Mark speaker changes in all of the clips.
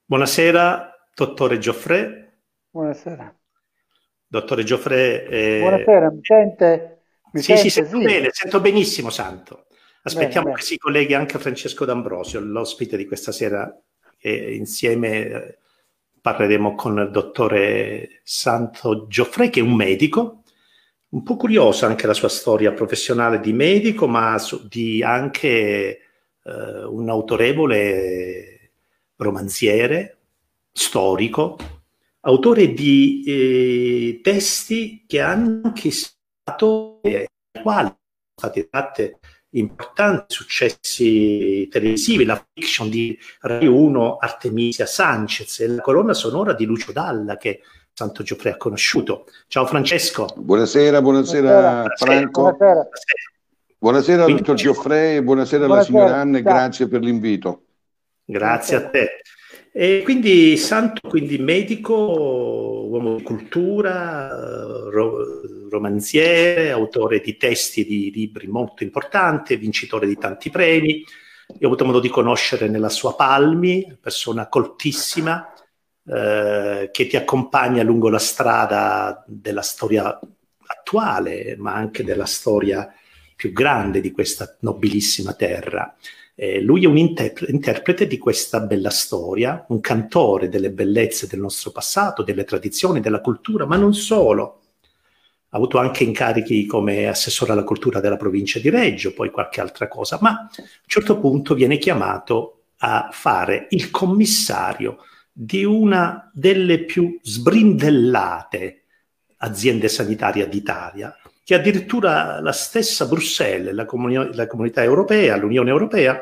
Speaker 1: Buonasera, dottore Gioffre.
Speaker 2: Buonasera.
Speaker 1: Dottore Gioffre,
Speaker 2: Buonasera, mi sente? Mi
Speaker 1: sì, sì,
Speaker 2: sente?
Speaker 1: sento
Speaker 2: Sì.
Speaker 1: bene, sento benissimo, Santo.
Speaker 2: Bene,
Speaker 1: Aspettiamo che
Speaker 2: bene.
Speaker 1: si colleghi anche Francesco D'Ambrosio, l'ospite di questa sera, e insieme parleremo con il dottore Santo Gioffre, che è un medico, un po' curiosa anche la sua storia professionale di medico, ma di anche un autorevole romanziere, storico, autore di testi che hanno anche ispirato e ai quali sono state tratte importanti successi televisivi, la fiction di Rai 1, Artemisia Sanchez e la colonna sonora di Lucio Dalla che Santo Gioffre ha conosciuto. Ciao Francesco.
Speaker 3: Buonasera,
Speaker 2: Buonasera.
Speaker 3: buonasera Franco.
Speaker 2: Buonasera.
Speaker 3: Buonasera
Speaker 1: Quindi,
Speaker 3: dottor Gioffre, buonasera alla signora
Speaker 2: Buonasera.
Speaker 3: Anna e
Speaker 2: Ciao.
Speaker 3: grazie per l'invito.
Speaker 1: grazie a
Speaker 2: Buonasera.
Speaker 1: te. E quindi Santo, quindi medico, uomo di cultura, romanziere, autore di testi di libri molto importanti, vincitore di tanti premi. Io ho avuto modo di conoscere nella sua Palmi, persona coltissima, che ti accompagna lungo la strada della storia attuale, ma anche della storia più grande di questa nobilissima terra. Lui è un interprete di questa bella storia, un cantore delle bellezze del nostro passato, delle tradizioni, della cultura, ma non solo. Ha avuto anche incarichi come assessore alla cultura della provincia di Reggio, poi qualche altra cosa, ma a un certo punto viene chiamato a fare il commissario di una delle più sbrindellate aziende sanitarie d'Italia, che addirittura la stessa Bruxelles, la comunità europea, l'Unione Europea,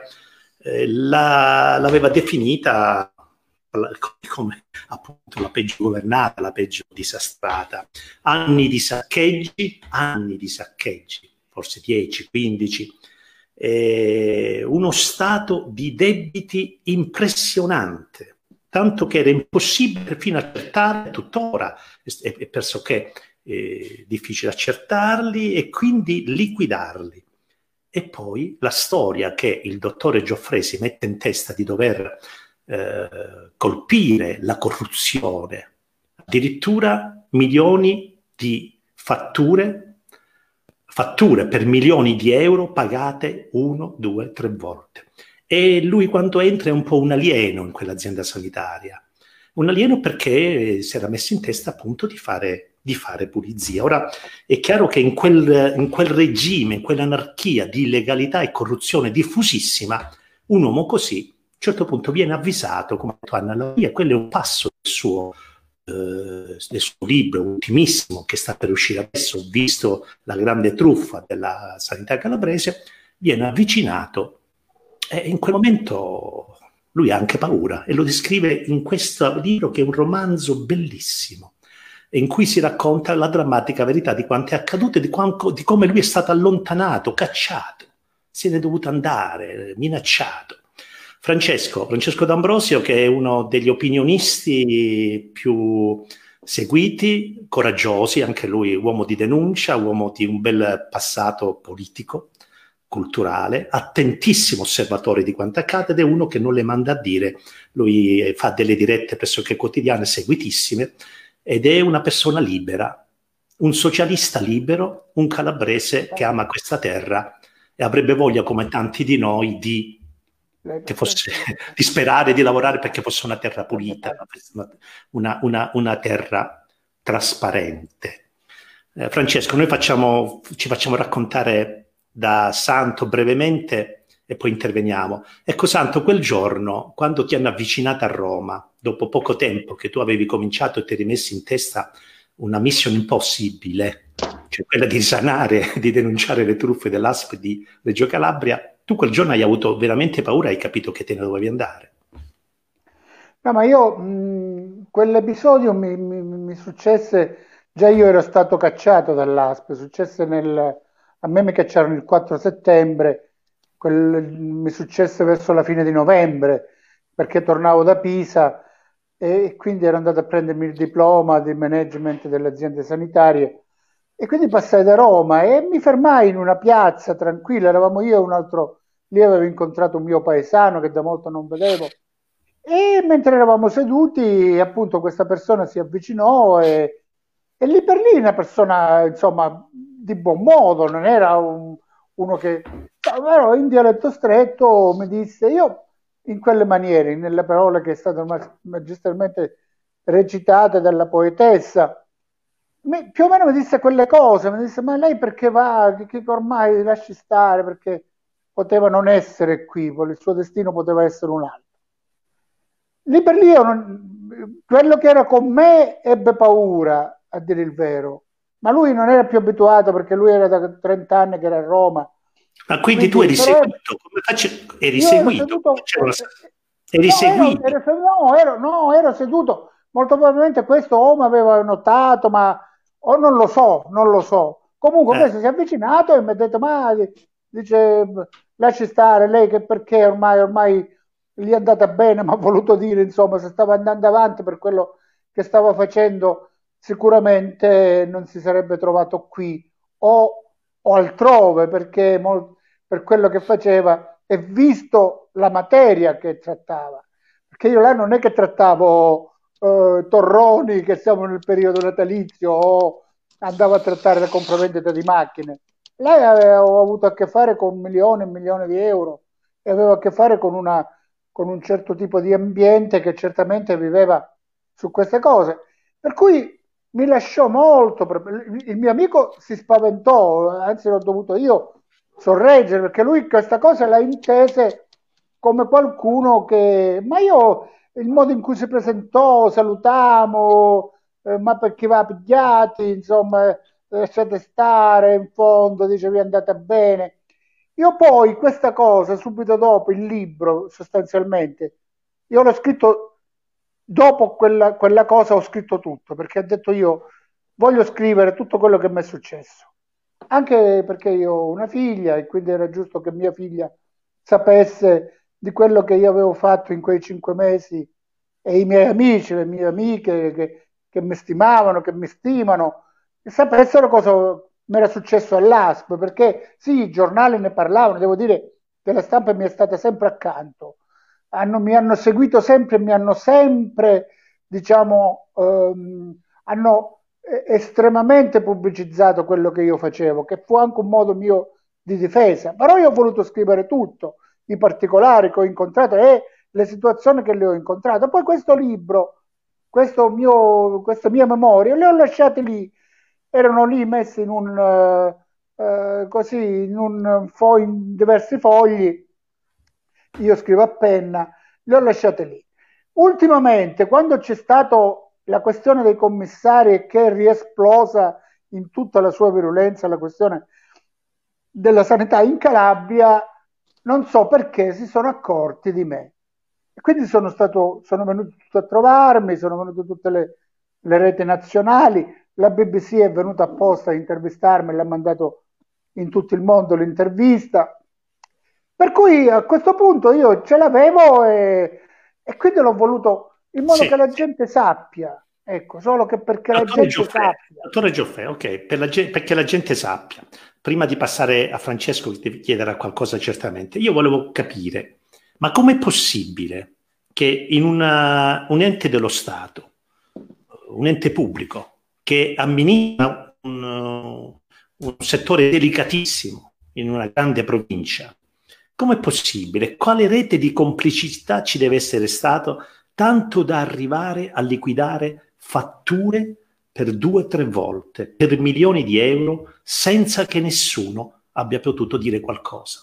Speaker 1: l'aveva definita come appunto la peggio governata, la peggio disastrata. Anni di saccheggi, forse 10, 15, uno stato di debiti impressionante, tanto che era impossibile perfino accertare, tuttora è pressoché difficile accertarli e quindi liquidarli. E poi la storia che il dottore Gioffre si mette in testa di dover colpire la corruzione, addirittura milioni di fatture per milioni di euro pagate 1, 2, 3 volte. E lui quando entra è un po' un alieno in quell'azienda sanitaria. Un alieno perché si era messo in testa appunto di fare pulizia. Ora è chiaro che in quel regime, in quell'anarchia di illegalità e corruzione diffusissima, un uomo così a un certo punto viene avvisato, come ha detto Anna Lavia, quello è un passo del suo libro ultimissimo che sta per uscire adesso, ho visto la grande truffa della sanità calabrese, viene avvicinato e in quel momento lui ha anche paura e lo descrive in questo libro che è un romanzo bellissimo in cui si racconta la drammatica verità di quanto è accaduto e di come lui è stato allontanato, cacciato, se ne è dovuto andare, minacciato. Francesco D'Ambrosio, che è uno degli opinionisti più seguiti, coraggiosi, anche lui uomo di denuncia, uomo di un bel passato politico, culturale, attentissimo osservatore di quanto accade ed è uno che non le manda a dire. Lui fa delle dirette pressoché quotidiane, seguitissime, ed è una persona libera, un socialista libero, un calabrese che ama questa terra e avrebbe voglia, come tanti di noi, di sperare di lavorare perché fosse una terra pulita, una terra trasparente. Francesco, noi ci facciamo raccontare da Santo brevemente e poi interveniamo. Ecco Santo, quel giorno, quando ti hanno avvicinata a Roma, dopo poco tempo che tu avevi cominciato e ti eri rimessi in testa una mission impossibile, cioè quella di risanare, di denunciare le truffe dell'ASP di Reggio Calabria, tu quel giorno hai avuto veramente paura e hai capito che te ne dovevi andare.
Speaker 2: No, ma io quell'episodio mi successe, già io ero stato cacciato dall'ASP, successe a me mi cacciarono il 4 settembre, mi successe verso la fine di novembre, perché tornavo da Pisa e quindi ero andato a prendermi il diploma di management delle aziende sanitarie e quindi passai da Roma e mi fermai in una piazza tranquilla, eravamo io e un altro, lì avevo incontrato un mio paesano che da molto non vedevo E mentre eravamo seduti, appunto, questa persona si avvicinò e lì per lì una persona, insomma, di buon modo, non era uno che... Però in dialetto stretto mi disse, io in quelle maniere, nelle parole che è state magistralmente recitate dalla poetessa, più o meno mi disse quelle cose, mi disse, ma lei perché va, che ormai lasci stare, perché poteva non essere qui, il suo destino poteva essere un altro. Lì per lì quello che era con me ebbe paura, a dire il vero, ma lui non era più abituato perché lui era da 30 anni che era a Roma.
Speaker 1: Ma quindi tu eri seguito? Come eri
Speaker 2: io
Speaker 1: seguito? Eri seguito?
Speaker 2: Ero seduto. Molto probabilmente questo o mi aveva notato, ma o non lo so, non lo so. Comunque questo si è avvicinato e mi ha detto, ma dice, lasci stare lei che perché ormai gli è andata bene, ma ha voluto dire, insomma, se stava andando avanti per quello che stava facendo, sicuramente non si sarebbe trovato qui o altrove, perché per quello che faceva e visto la materia che trattava. Perché io là non è che trattavo torroni, che siamo nel periodo natalizio, o andavo a trattare la compravendita di macchine. Lei aveva avuto a che fare con milioni e milioni di euro e aveva a che fare con un certo tipo di ambiente che certamente viveva su queste cose. Per cui mi lasciò molto. Il mio amico si spaventò, anzi l'ho dovuto io sorreggere, perché lui questa cosa la intese come qualcuno che... Ma io, il modo in cui si presentò, salutamo, ma perché va pigliati, insomma, lasciate stare, in fondo, dice vi è andata bene. Io poi questa cosa, subito dopo il libro, sostanzialmente, io l'ho scritto dopo quella cosa, ho scritto tutto, perché ho detto io voglio scrivere tutto quello che mi è successo. Anche perché io ho una figlia e quindi era giusto che mia figlia sapesse di quello che io avevo fatto in quei 5 mesi e i miei amici, le mie amiche che mi stimavano, che mi stimano, e sapessero cosa mi era successo all'ASP, perché sì, i giornali ne parlavano, devo dire che la stampa mi è stata sempre accanto, mi hanno seguito sempre, mi hanno sempre, diciamo, hanno estremamente pubblicizzato quello che io facevo, che fu anche un modo mio di difesa, però io ho voluto scrivere tutto, i particolari che ho incontrato e le situazioni che le ho incontrate. Poi questo libro, queste mie memorie, le ho lasciate lì, erano lì messe in così, in diversi fogli, io scrivo a penna, le ho lasciate lì. Ultimamente, quando c'è stata la questione dei commissari che è riesplosa in tutta la sua virulenza, la questione della sanità in Calabria, non so perché si sono accorti di me. E quindi sono venuti tutti a trovarmi, sono venute tutte le reti nazionali, la BBC è venuta apposta a intervistarmi, l'ha mandato in tutto il mondo l'intervista. Per cui a questo punto io ce l'avevo e quindi l'ho voluto in modo che la gente sappia, ecco, solo che perché la gente sappia.
Speaker 1: Dottore Gioffè, ok, perché la gente sappia. Prima di passare a Francesco che ti chiederà qualcosa certamente, io volevo capire, ma com'è possibile che in un ente dello Stato, un ente pubblico, che amministra un settore delicatissimo in una grande provincia, com'è possibile? Quale rete di complicità ci deve essere stato tanto da arrivare a liquidare fatture per 2 o 3 volte, per milioni di euro, senza che nessuno abbia potuto dire qualcosa?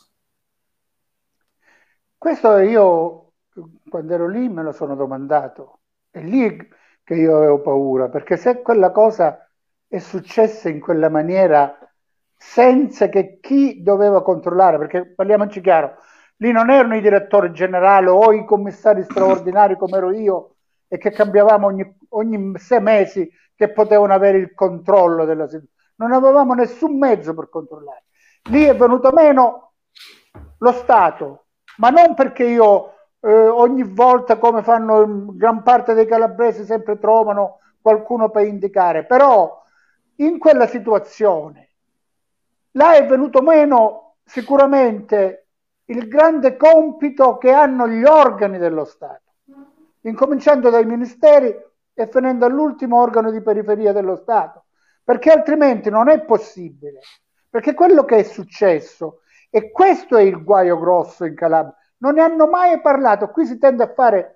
Speaker 2: Questo io, quando ero lì, me lo sono domandato. È lì che io avevo paura, perché se quella cosa è successa in quella maniera, senza che chi doveva controllare, perché parliamoci chiaro, lì non erano i direttori generali o i commissari straordinari come ero io e che cambiavamo ogni 6 mesi che potevano avere il controllo della situazione. Non avevamo nessun mezzo per controllare. Lì è venuto meno lo Stato, ma non perché io ogni volta, come fanno gran parte dei calabresi, sempre trovano qualcuno per indicare, però in quella situazione là è venuto meno sicuramente il grande compito che hanno gli organi dello Stato, incominciando dai ministeri e finendo all'ultimo organo di periferia dello Stato, perché altrimenti non è possibile, perché quello che è successo, e questo è il guaio grosso in Calabria, non ne hanno mai parlato, qui si tende a fare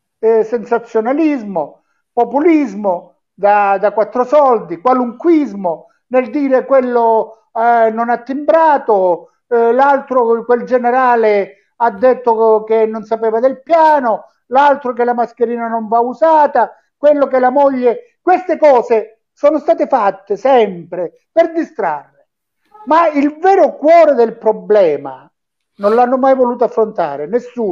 Speaker 2: sensazionalismo, populismo da quattro soldi, qualunquismo nel dire quello non ha timbrato, l'altro, quel generale ha detto che non sapeva del piano, l'altro che la mascherina non va usata, quello che la moglie, queste cose sono state fatte sempre per distrarre, ma il vero cuore del problema non l'hanno mai voluto affrontare,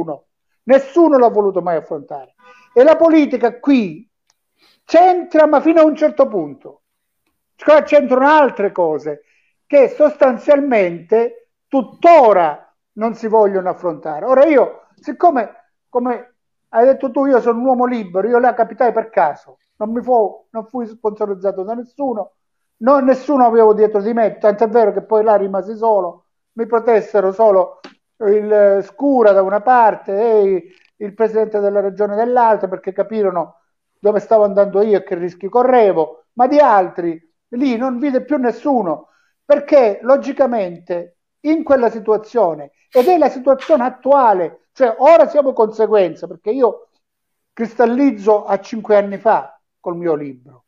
Speaker 2: nessuno l'ha voluto mai affrontare, e la politica qui c'entra, ma fino a un certo punto. Qua c'entrano altre cose che sostanzialmente tuttora non si vogliono affrontare. Ora io, siccome, come hai detto tu, io sono un uomo libero, io la capitai per caso, non fui sponsorizzato da nessuno, nessuno avevo dietro di me, tant'è vero che poi là rimasi solo, mi protessero solo il Scura da una parte e il presidente della regione dall'altra, perché capirono dove stavo andando io e che rischi correvo, ma di altri lì non vide più nessuno, perché logicamente in quella situazione, ed è la situazione attuale, cioè ora siamo conseguenza, perché io cristallizzo a 5 anni fa col mio libro,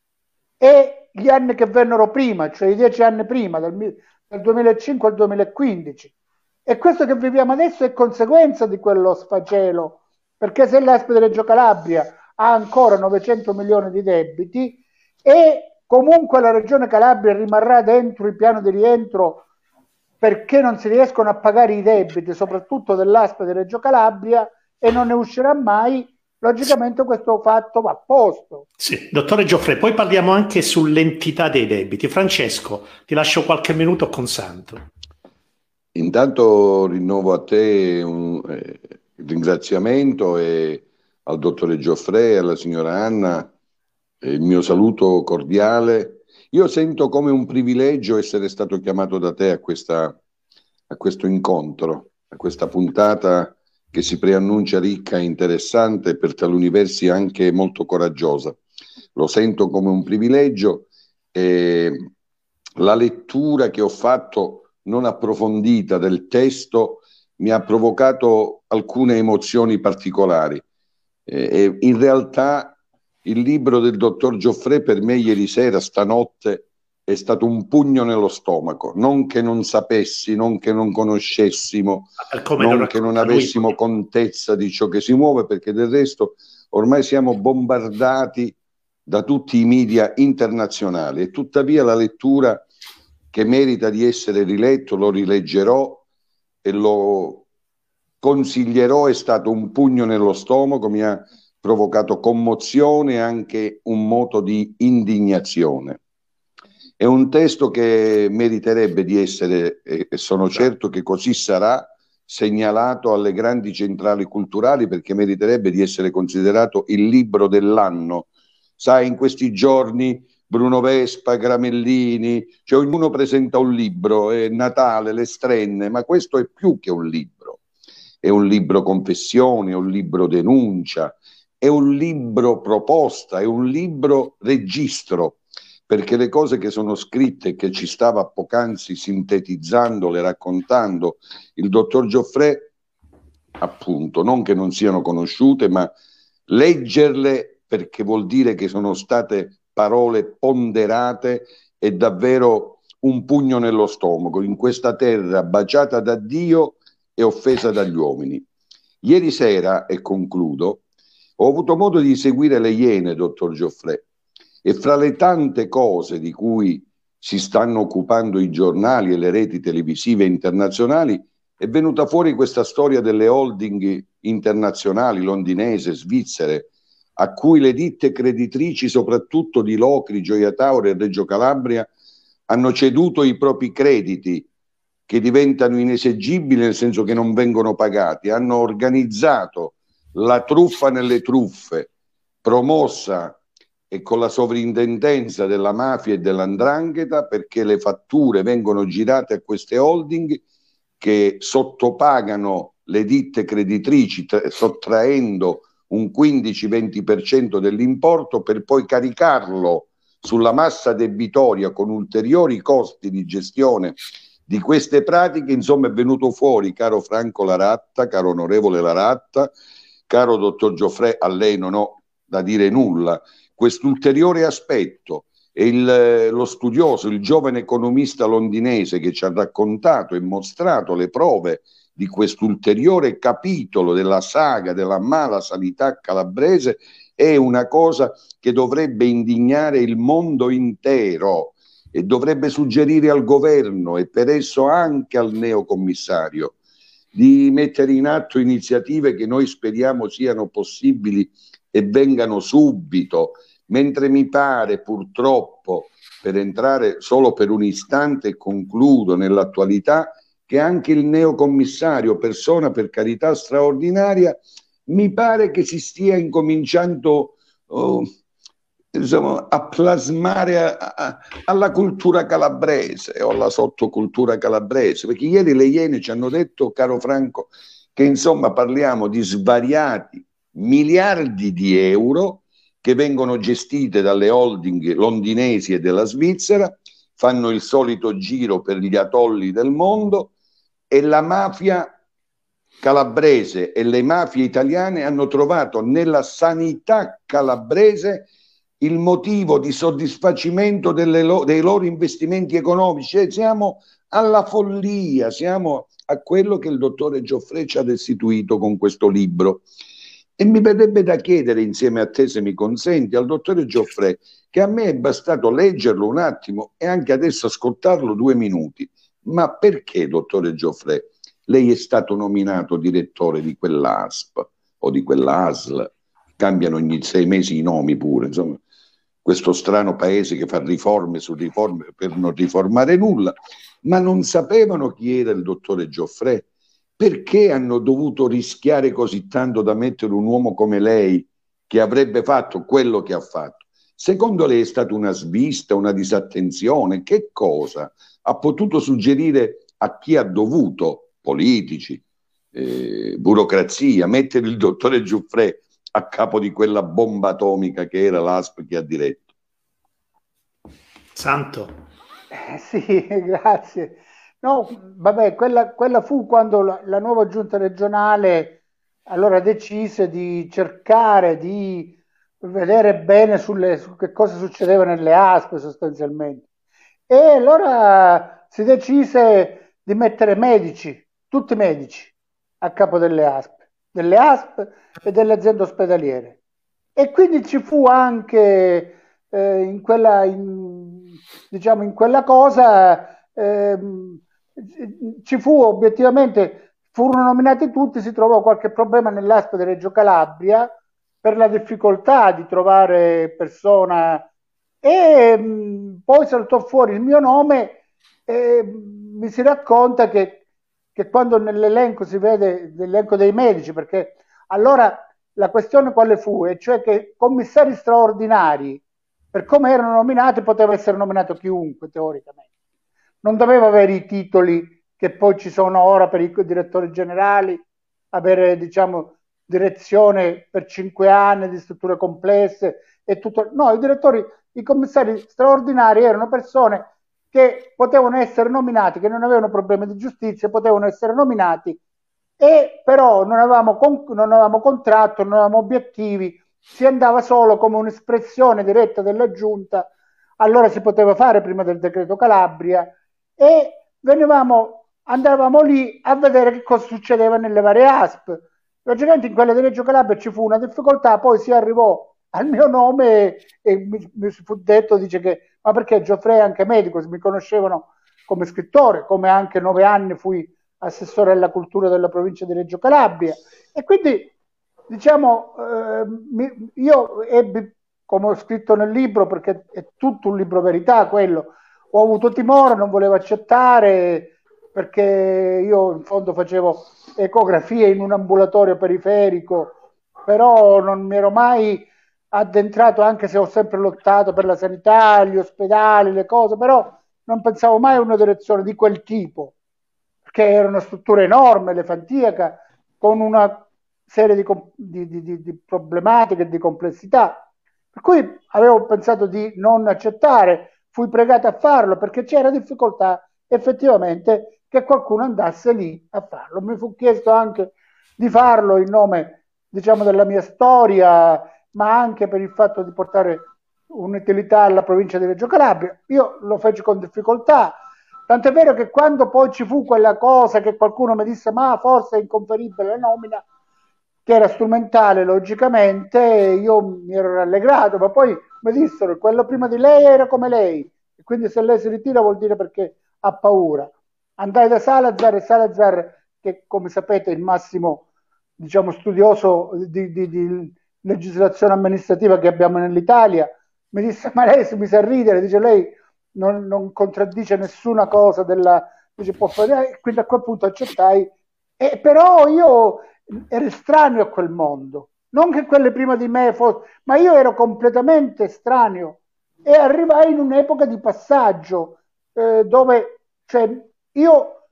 Speaker 2: e gli anni che vennero prima, cioè i 10 anni prima, dal 2005 al 2015, e questo che viviamo adesso è conseguenza di quello sfacelo, perché se l'ASP di Reggio Calabria ha ancora 900 milioni di debiti e comunque la Regione Calabria rimarrà dentro il piano di rientro perché non si riescono a pagare i debiti, soprattutto dell'ASP di Reggio Calabria, e non ne uscirà mai, logicamente questo fatto va a posto.
Speaker 1: Sì, dottore Gioffre, poi parliamo anche sull'entità dei debiti. Francesco, ti lascio qualche minuto con Santo.
Speaker 3: Intanto rinnovo a te il ringraziamento e al dottore Gioffre e alla signora Anna il mio saluto cordiale. Io sento come un privilegio essere stato chiamato da te a questo incontro, a questa puntata che si preannuncia ricca e interessante, per taluni versi anche molto coraggiosa. Lo sento come un privilegio e la lettura che ho fatto non approfondita del testo mi ha provocato alcune emozioni particolari. E in realtà il libro del dottor Gioffre per me ieri sera, stanotte, è stato un pugno nello stomaco, non che non sapessi, non che non conoscessimo, non che non avessimo contezza di ciò che si muove, perché del resto ormai siamo bombardati da tutti i media internazionali, e tuttavia la lettura che merita di essere riletto, lo rileggerò e lo consiglierò, è stato un pugno nello stomaco, mi ha provocato commozione e anche un moto di indignazione. È un testo che meriterebbe di essere, e sono certo che così sarà, segnalato alle grandi centrali culturali, perché meriterebbe di essere considerato il libro dell'anno. Sai, in questi giorni Bruno Vespa, Gramellini, cioè ognuno presenta un libro, è Natale, le strenne, ma questo è più che un libro. È un libro confessione, è un libro denuncia, è un libro proposta, è un libro registro, perché le cose che sono scritte, che ci stava poc'anzi sintetizzandole, raccontando il dottor Gioffre, appunto, non che non siano conosciute, ma leggerle, perché vuol dire che sono state parole ponderate, è davvero un pugno nello stomaco, in questa terra baciata da Dio e offesa dagli uomini. Ieri sera, e concludo, ho avuto modo di seguire le Iene, dottor Gioffre, e fra le tante cose di cui si stanno occupando i giornali e le reti televisive internazionali è venuta fuori questa storia delle holding internazionali londinese, svizzere, a cui le ditte creditrici, soprattutto di Locri, Gioia Tauro e Reggio Calabria, hanno ceduto i propri crediti, che diventano inesigibili nel senso che non vengono pagati. Hanno organizzato la truffa nelle truffe, promossa e con la sovrintendenza della mafia e dell''ndrangheta, perché le fatture vengono girate a queste holding che sottopagano le ditte creditrici, sottraendo un 15-20% dell'importo per poi caricarlo sulla massa debitoria con ulteriori costi di gestione di queste pratiche. Insomma, è venuto fuori, caro Franco Laratta, caro onorevole Laratta, caro dottor Gioffrè, a lei non ho da dire nulla, quest'ulteriore aspetto. E lo studioso, il giovane economista londinese che ci ha raccontato e mostrato le prove di quest'ulteriore capitolo della saga della mala sanità calabrese è una cosa che dovrebbe indignare il mondo intero e dovrebbe suggerire al governo e per esso anche al neocommissario di mettere in atto iniziative che noi speriamo siano possibili e vengano subito, mentre mi pare purtroppo, per entrare solo per un istante e concludo nell'attualità, che anche il neocommissario, persona per carità straordinaria, mi pare che si stia incominciando insomma, a plasmare alla cultura calabrese o alla sottocultura calabrese, perché ieri le Iene ci hanno detto, caro Franco, che insomma parliamo di svariati miliardi di euro che vengono gestite dalle holding londinesi e della Svizzera, fanno il solito giro per gli atolli del mondo, e la mafia calabrese e le mafie italiane hanno trovato nella sanità calabrese il motivo di soddisfacimento dei loro investimenti economici. Siamo alla follia, siamo a quello che il dottore Gioffrè ci ha restituito con questo libro. E mi verrebbe da chiedere, insieme a te, se mi consenti, al dottore Gioffrè, che a me è bastato leggerlo un attimo e anche adesso ascoltarlo 2 minuti. Ma perché, dottore Gioffrè, lei è stato nominato direttore di quell'ASP o di quell'ASL? Cambiano ogni 6 mesi i nomi pure, insomma, questo strano paese che fa riforme su riforme per non riformare nulla. Ma non sapevano chi era il dottore Gioffrè? Perché hanno dovuto rischiare così tanto da mettere un uomo come lei, che avrebbe fatto quello che ha fatto? Secondo lei è stata una svista, una disattenzione? Che cosa ha potuto suggerire a chi ha dovuto, politici, burocrazia, mettere il dottore Gioffrè a capo di quella bomba atomica che era l'ASP che ha diretto?
Speaker 1: Santo.
Speaker 2: Sì, grazie. No, vabbè, quella fu quando la nuova giunta regionale allora decise di cercare di vedere bene su che cosa succedeva nelle ASP sostanzialmente. E allora si decise di mettere medici, tutti medici, a capo delle ASP e delle aziende ospedaliere. E quindi ci fu anche diciamo in quella cosa, ci fu obiettivamente, furono nominati tutti, si trovò qualche problema nell'ASP di Reggio Calabria per la difficoltà di trovare persona e poi saltò fuori il mio nome e mi si racconta che quando nell'elenco si vede l'elenco dei medici, perché allora la questione quale fu? E cioè che commissari straordinari, per come erano nominati, poteva essere nominato chiunque teoricamente. Non doveva avere i titoli che poi ci sono ora per i direttori generali, avere diciamo direzione per 5 anni di strutture complesse e tutto. No, i commissari straordinari erano persone che potevano essere nominati, che non avevano problemi di giustizia, potevano essere nominati e però non avevamo contratto, non avevamo obiettivi, si andava solo come un'espressione diretta della giunta, allora si poteva fare prima del decreto Calabria e andavamo lì a vedere che cosa succedeva nelle varie ASP. Logicamente in quella di Reggio Calabria ci fu una difficoltà, poi si arrivò al mio nome e mi fu detto, dice che, ma perché Gioffrè è anche medico, mi conoscevano come scrittore, come anche 9 anni fui assessore alla cultura della provincia di Reggio Calabria e quindi diciamo io ebbi, come ho scritto nel libro, perché è tutto un libro verità quello, ho avuto timore, non volevo accettare perché io in fondo facevo ecografie in un ambulatorio periferico, però non mi ero mai addentrato, anche se ho sempre lottato per la sanità, gli ospedali, le cose, però non pensavo mai a una direzione di quel tipo, perché era una struttura enorme, elefantiaca, con una serie di problematiche e di complessità, per cui avevo pensato di non accettare, fui pregato a farlo perché c'era difficoltà effettivamente che qualcuno andasse lì a farlo. Mi fu chiesto anche di farlo in nome, diciamo, della mia storia, ma anche per il fatto di portare un'utilità alla provincia di Reggio Calabria. Io lo feci con difficoltà, tant'è vero che quando poi ci fu quella cosa che qualcuno mi disse ma forse è inconferibile la nomina, che era strumentale logicamente, io mi ero rallegrato, ma poi mi dissero quello prima di lei era come lei, e quindi se lei si ritira vuol dire perché ha paura. Andai da Salazar, e Salazar, che come sapete è il massimo, diciamo, studioso di legislazione amministrativa che abbiamo nell'Italia, mi disse ma lei si mise a ridere, dice lei non contraddice nessuna cosa della, dice, può fare, quindi a quel punto accettai, e però io ero estraneo a quel mondo, non che quelle prima di me fossero, ma io ero completamente estraneo e arrivai in un'epoca di passaggio dove, cioè, io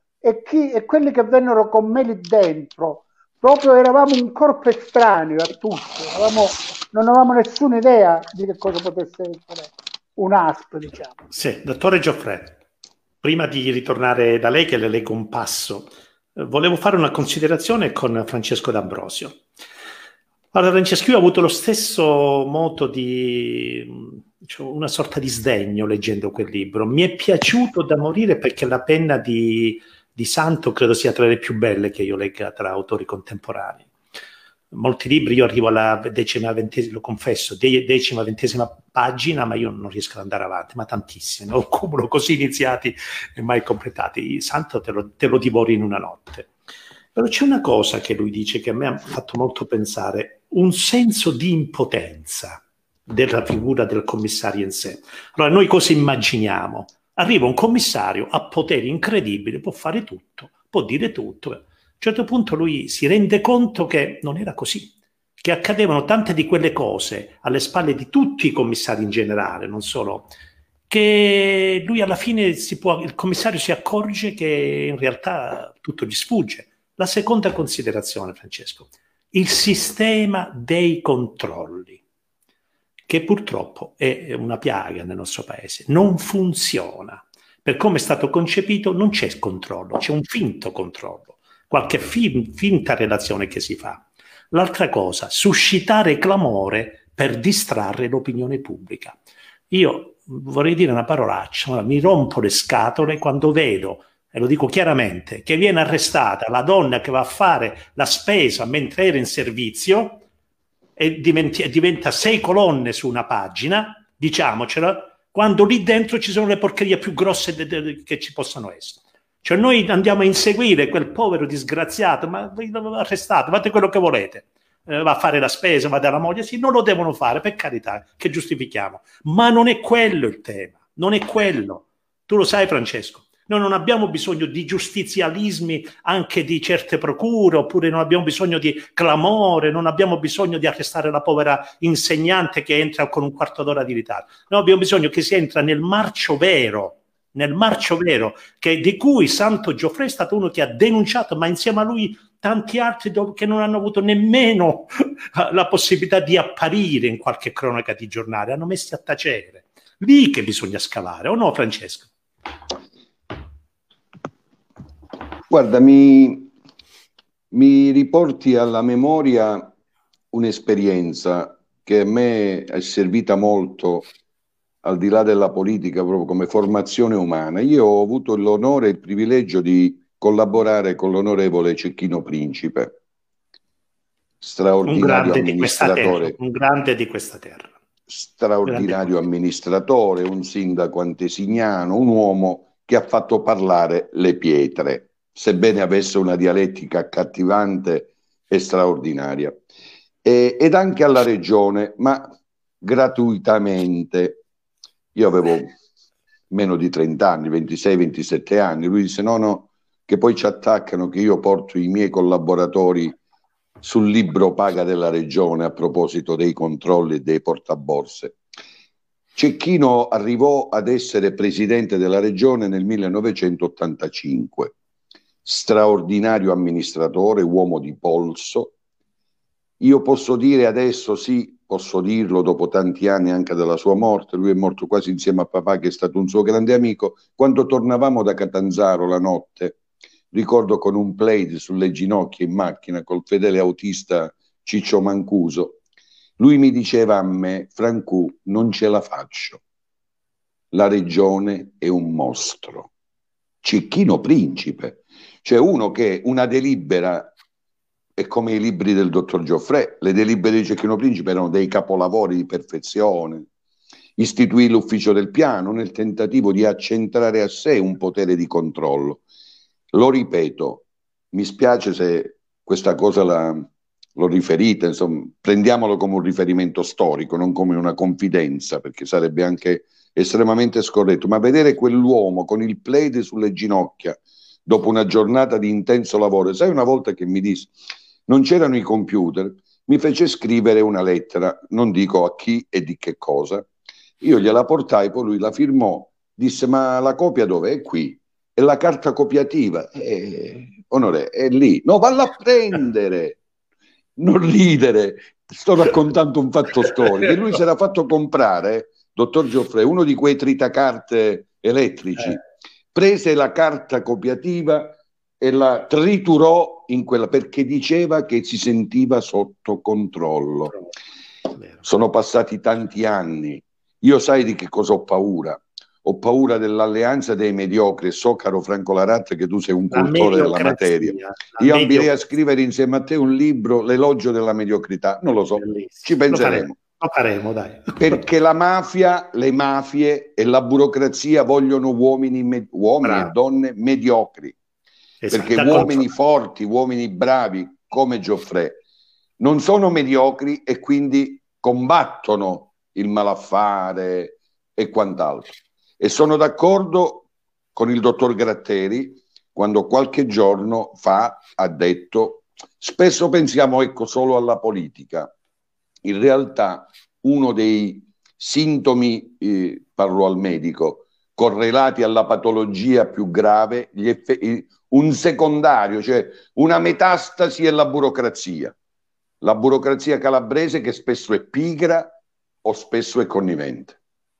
Speaker 2: e quelli che vennero con me lì dentro proprio eravamo un corpo estraneo a tutto, non avevamo nessuna idea di che cosa potesse essere un ASP, diciamo.
Speaker 1: Sì, dottore Gioffre, prima di ritornare da lei che le leggo un passo, volevo fare una considerazione con Francesco D'Ambrosio. Allora, Francesco, io ho avuto lo stesso moto di una sorta di sdegno leggendo quel libro. Mi è piaciuto da morire perché la penna di Santo credo sia tra le più belle che io legga tra autori contemporanei. Molti libri, io arrivo alla decima, ventesima, lo confesso, decima, ventesima pagina, ma io non riesco ad andare avanti, ma tantissimi, ho un cumulo così iniziati e mai completati. Santo te lo divori in una notte. Però c'è una cosa che lui dice che a me ha fatto molto pensare, un senso di impotenza della figura del commissario in sé. Allora noi cosa immaginiamo? Arriva un commissario a poteri incredibili, può fare tutto, può dire tutto. A un certo punto lui si rende conto che non era così, che accadevano tante di quelle cose alle spalle di tutti i commissari in generale, non solo, che lui alla fine il commissario si accorge che in realtà tutto gli sfugge. La seconda considerazione, Francesco, il sistema dei controlli, che purtroppo è una piaga nel nostro paese, non funziona. Per come è stato concepito non c'è controllo, c'è un finto controllo, qualche finta relazione che si fa. L'altra cosa, suscitare clamore per distrarre l'opinione pubblica. Io vorrei dire una parolaccia, mi rompo le scatole quando vedo, e lo dico chiaramente, che viene arrestata la donna che va a fare la spesa mentre era in servizio e diventa 6 colonne su una pagina, diciamocela, quando lì dentro ci sono le porcherie più grosse che ci possano essere. Cioè noi andiamo a inseguire quel povero disgraziato, ma arrestato, fate quello che volete, va a fare la spesa, va dalla moglie, sì, non lo devono fare, per carità, che giustifichiamo. Ma non è quello il tema, non è quello. Tu lo sai, Francesco. Noi non abbiamo bisogno di giustizialismi anche di certe procure, oppure non abbiamo bisogno di clamore, non abbiamo bisogno di arrestare la povera insegnante che entra con un quarto d'ora di ritardo. Noi abbiamo bisogno che si entra nel marcio vero, di cui Santo Gioffre è stato uno che ha denunciato, ma insieme a lui tanti altri che non hanno avuto nemmeno la possibilità di apparire in qualche cronaca di giornale, hanno messi a tacere. Lì che bisogna scavare, o no, Francesco?
Speaker 3: Guarda, mi riporti alla memoria un'esperienza che a me è servita molto, al di là della politica, proprio come formazione umana. Io ho avuto l'onore e il privilegio di collaborare con l'onorevole Cecchino Principe, straordinario amministratore.
Speaker 1: Un grande di questa terra.
Speaker 3: Straordinario amministratore, un sindaco antesignano, un uomo che ha fatto parlare le pietre, sebbene avesse una dialettica accattivante e straordinaria. Ed anche alla regione, ma gratuitamente. Io avevo meno di 30 anni, 26-27 anni. Lui disse no, che poi ci attaccano, che io porto i miei collaboratori sul libro paga della regione a proposito dei controlli e dei portaborse. Cecchino arrivò ad essere presidente della regione nel 1985. Straordinario amministratore, uomo di polso, Io posso dire adesso, sì, posso dirlo dopo tanti anni anche dalla sua morte, lui è morto quasi insieme a papà che è stato un suo grande amico, quando tornavamo da Catanzaro la notte, ricordo con un plaid sulle ginocchia in macchina col fedele autista Ciccio Mancuso, lui mi diceva a me: Francù, non ce la faccio, la regione è un mostro. Cecchino Principe, cioè uno che una delibera è come i libri del dottor Gioffrè, le delibere di Cecchino Principe erano dei capolavori di perfezione, istituì l'ufficio del piano nel tentativo di accentrare a sé un potere di controllo. Lo ripeto, mi spiace se questa cosa lo riferite, insomma, prendiamolo come un riferimento storico, non come una confidenza, perché sarebbe anche estremamente scorretto, ma vedere quell'uomo con il plaid sulle ginocchia dopo una giornata di intenso lavoro, sai, una volta che mi disse, non c'erano i computer, mi fece scrivere una lettera, non dico a chi e di che cosa, io gliela portai, poi lui la firmò, disse: ma la copia dov'è? È qui. E la carta copiativa? Onore, è lì. No, valla a prendere. Non ridere, sto raccontando un fatto storico. E lui si era fatto comprare, dottor Gioffre, uno di quei tritacarte elettrici, prese la carta copiativa e la triturò in quella, perché diceva che si sentiva sotto controllo. Sono passati tanti anni. Io sai di che cosa ho paura? Ho paura dell'alleanza dei mediocri. So, caro Franco Laratta, che tu sei un cultore della materia. Io ambirei a scrivere insieme a te un libro, L'elogio della mediocrità. Non lo so, ci penseremo.
Speaker 1: Lo faremo, dai.
Speaker 3: Perché la mafia, le mafie e la burocrazia vogliono uomini e donne mediocri. Esatto, perché uomini forti, uomini bravi come Gioffrè non sono mediocri e quindi combattono il malaffare e quant'altro. E sono d'accordo con il dottor Gratteri quando qualche giorno fa ha detto: spesso pensiamo, ecco, solo alla politica. In realtà uno dei sintomi, parlo al medico, correlati alla patologia più grave, un secondario, cioè una metastasi, è la burocrazia. La burocrazia calabrese, che spesso è pigra o spesso è connivente.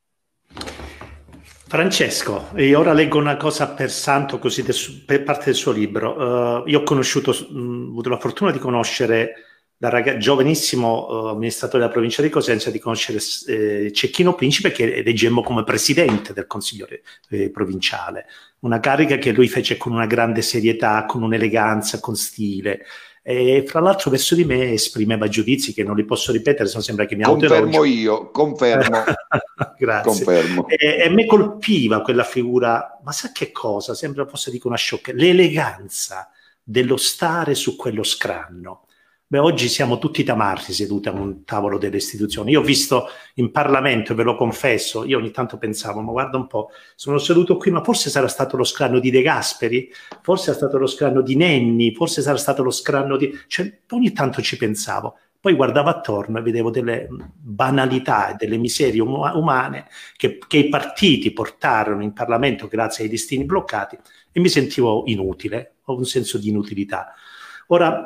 Speaker 1: Francesco, e ora leggo una cosa per Santo, così per parte del suo libro. Io ho avuto la fortuna di conoscere da giovanissimo amministratore della provincia di Cosenza, di conoscere Cecchino Principe, che leggemmo come presidente del Consiglio provinciale. Una carica che lui fece con una grande serietà, con un'eleganza, con stile. E fra l'altro verso di me esprimeva giudizi che non li posso ripetere, se no sembra che mi
Speaker 3: confermo io, confermo.
Speaker 1: Grazie.
Speaker 3: Confermo.
Speaker 1: E me colpiva quella figura, ma sa che cosa? Sembra forse dico una sciocchezza, l'eleganza dello stare su quello scranno. Beh, oggi siamo tutti tamarri seduti a un tavolo delle istituzioni. Io ho visto in Parlamento, e ve lo confesso, io ogni tanto pensavo, ma guarda un po', sono seduto qui, ma forse sarà stato lo scranno di De Gasperi, forse sarà stato lo scranno di Nenni, forse sarà stato lo scranno di... Cioè, ogni tanto ci pensavo. Poi guardavo attorno e vedevo delle banalità e delle miserie umane che i partiti portarono in Parlamento grazie ai listini bloccati, e mi sentivo inutile, ho un senso di inutilità. Ora,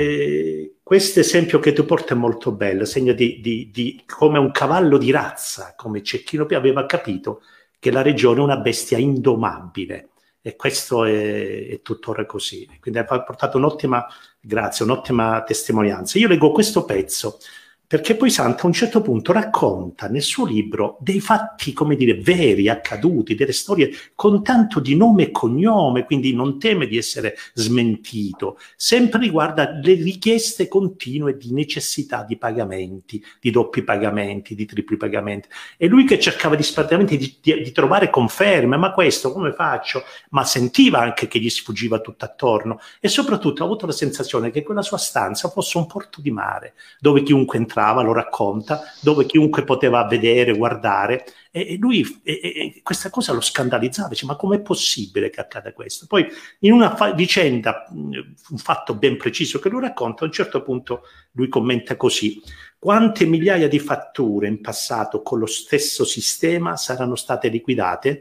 Speaker 1: questo esempio che tu porti è molto bello, segno di come un cavallo di razza, come Cecchino aveva capito che la regione è una bestia indomabile, e questo è tuttora così. Quindi ha portato un'ottima, grazie, un'ottima testimonianza. Io leggo questo pezzo perché poi Santa a un certo punto racconta nel suo libro dei fatti, come dire, veri, accaduti, delle storie con tanto di nome e cognome, quindi non teme di essere smentito, sempre riguarda le richieste continue di necessità di pagamenti, di doppi pagamenti, di tripli pagamenti. E lui che cercava disperatamente di trovare conferme, ma questo come faccio? Ma sentiva anche che gli sfuggiva tutto attorno, e soprattutto ha avuto la sensazione che quella sua stanza fosse un porto di mare, dove chiunque entrava, lo racconta, dove chiunque poteva vedere, guardare, e lui questa cosa lo scandalizzava, dice: ma com'è possibile che accada questo? Poi in una vicenda, un fatto ben preciso che lui racconta, a un certo punto lui commenta così: quante migliaia di fatture in passato con lo stesso sistema saranno state liquidate?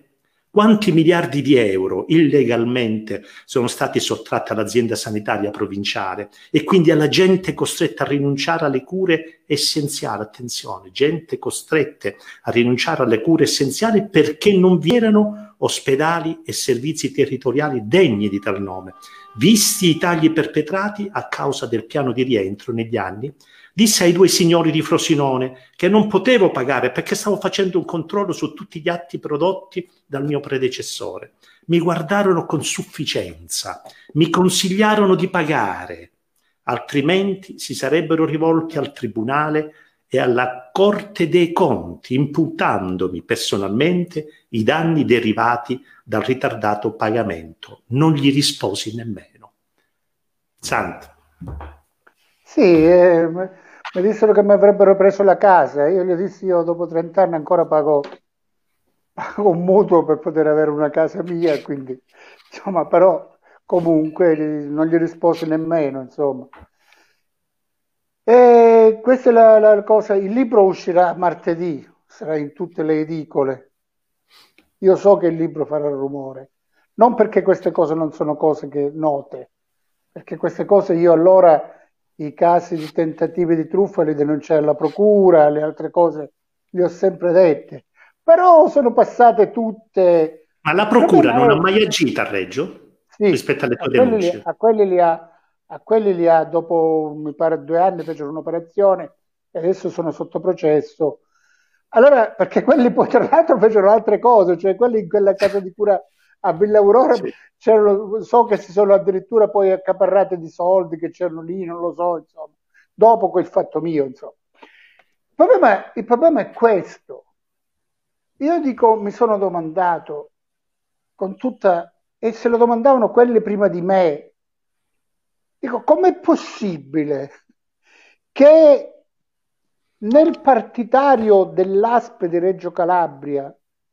Speaker 1: Quanti miliardi di euro illegalmente sono stati sottratti all'azienda sanitaria provinciale e quindi alla gente costretta a rinunciare alle cure essenziali? Attenzione, gente costrette a rinunciare alle cure essenziali perché non vi erano ospedali e servizi territoriali degni di tal nome. Visti i tagli perpetrati a causa del piano di rientro negli anni, disse ai due signori di Frosinone che non potevo pagare perché stavo facendo un controllo su tutti gli atti prodotti dal mio predecessore. Mi guardarono con sufficienza, mi consigliarono di pagare, altrimenti si sarebbero rivolti al tribunale e alla Corte dei Conti, imputandomi personalmente i danni derivati dal ritardato pagamento. Non gli risposi nemmeno. Santo.
Speaker 2: Sì, mi dissero che mi avrebbero preso la casa. Io gli dissi: io dopo 30 anni ancora pago un mutuo per poter avere una casa mia, quindi insomma, però comunque non gli risposi nemmeno, insomma. E questa è la cosa. Il libro uscirà martedì, sarà in tutte le edicole. Io so che il libro farà rumore, non perché queste cose non sono cose che note, perché queste cose io allora i casi di tentativi di truffa li denunciai alla procura, le altre cose li ho sempre dette, però sono passate tutte.
Speaker 1: Ma la procura non ha mai agito a Reggio?
Speaker 2: Sì,
Speaker 1: rispetto alle tue denunce?
Speaker 2: a quelli li ha, dopo mi pare 2 anni fecero un'operazione e adesso sono sotto processo. Allora, perché quelli poi tra l'altro fecero altre cose, cioè quelli in quella casa di cura a Villa Aurora,
Speaker 1: Sì.
Speaker 2: so che si sono addirittura poi accaparrate di soldi che c'erano lì, non lo so, insomma, dopo quel fatto mio, insomma. Il problema è questo. Io dico, mi sono domandato con tutta, e se lo domandavano quelli prima di me, dico, com'è possibile che nel partitario dell'ASP di Reggio Calabria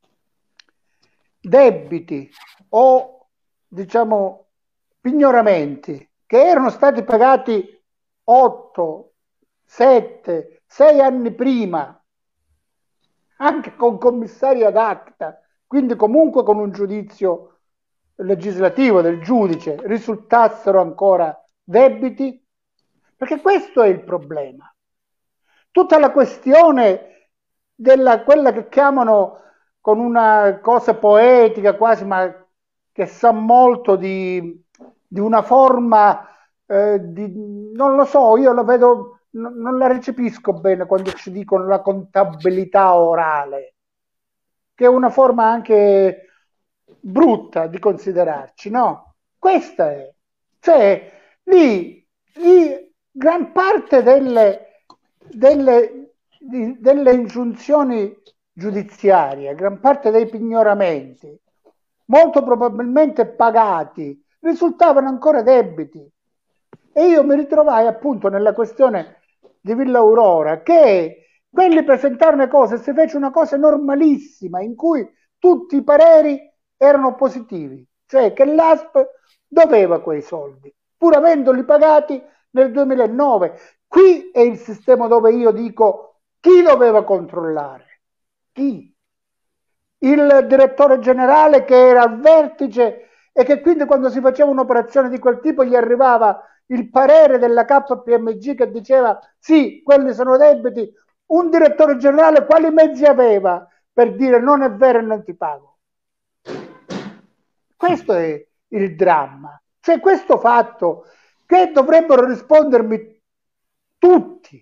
Speaker 2: debiti o diciamo pignoramenti che erano stati pagati 8, 7, 6 anni prima, anche con commissario ad acta, quindi comunque con un giudizio legislativo del giudice, risultassero ancora debiti? Perché questo è il problema. Tutta la questione della quella che chiamano con una cosa poetica quasi, ma che sa molto di una forma non lo so, io la vedo, non la recepisco bene quando ci dicono la contabilità orale, che è una forma anche brutta di considerarci, no? Questa è, cioè lì gran parte delle ingiunzioni giudiziarie, gran parte dei pignoramenti, molto probabilmente pagati, risultavano ancora debiti. E io mi ritrovai appunto nella questione di Villa Aurora, che quelli presentarono le cose, si fece una cosa normalissima in cui tutti i pareri erano positivi, cioè che l'ASP doveva quei soldi, pur avendoli pagati nel 2009. Qui è il sistema dove io dico chi doveva controllare? Chi? Il direttore generale che era al vertice e che quindi quando si faceva un'operazione di quel tipo gli arrivava il parere della KPMG che diceva sì, quelli sono debiti. Un direttore generale quali mezzi aveva per dire non è vero e non ti pago? Questo è il dramma. Cioè questo fatto che dovrebbero rispondermi tutti,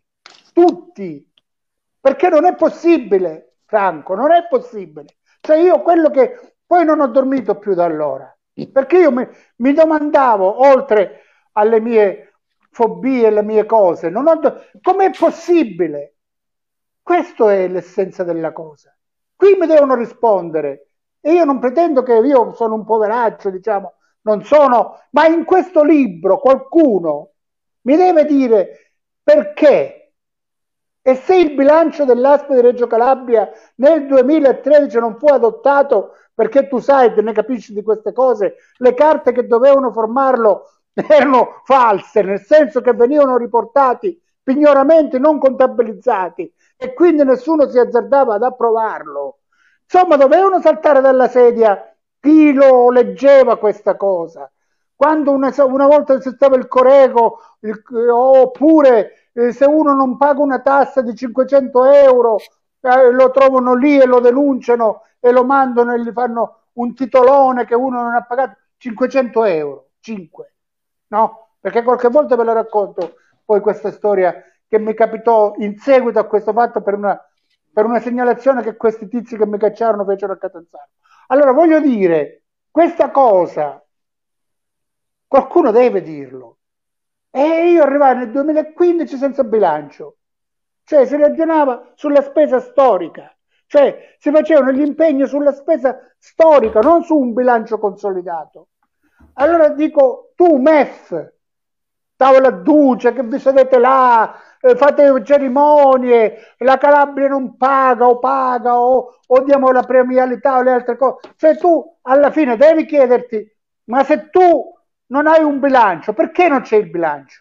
Speaker 2: perché non è possibile, Franco, non è possibile. Cioè io quello che poi non ho dormito più da allora, perché io mi domandavo, oltre alle mie fobie, le mie cose, com'è possibile? Questa è l'essenza della cosa. Qui mi devono rispondere e io non pretendo che io sono un poveraccio, diciamo, non sono, ma in questo libro qualcuno mi deve dire perché. E se il bilancio dell'ASP di Reggio Calabria nel 2013 non fu adottato, perché tu sai, te ne capisci di queste cose, le carte che dovevano formarlo erano false, nel senso che venivano riportati pignoramenti non contabilizzati e quindi nessuno si azzardava ad approvarlo. Insomma, dovevano saltare dalla sedia chi lo leggeva questa cosa? Quando una volta si stava il Corego, oppure se uno non paga una tassa di 500 euro, lo trovano lì e lo denunciano e lo mandano e gli fanno un titolone che uno non ha pagato 500 euro, 5, no? Perché qualche volta ve la racconto poi questa storia che mi capitò in seguito a questo fatto per una segnalazione che questi tizi che mi cacciarono fecero a Catanzaro. Allora voglio dire, questa cosa qualcuno deve dirlo. E io arrivai nel 2015 senza bilancio, cioè si ragionava sulla spesa storica, cioè si facevano gli impegni sulla spesa storica, non su un bilancio consolidato. Allora dico, tu MEF, tavola Duce, che vi sedete là, fate cerimonie, la Calabria non paga o diamo la premialità o le altre cose. Cioè tu alla fine devi chiederti, ma se tu non hai un bilancio, perché non c'è il bilancio?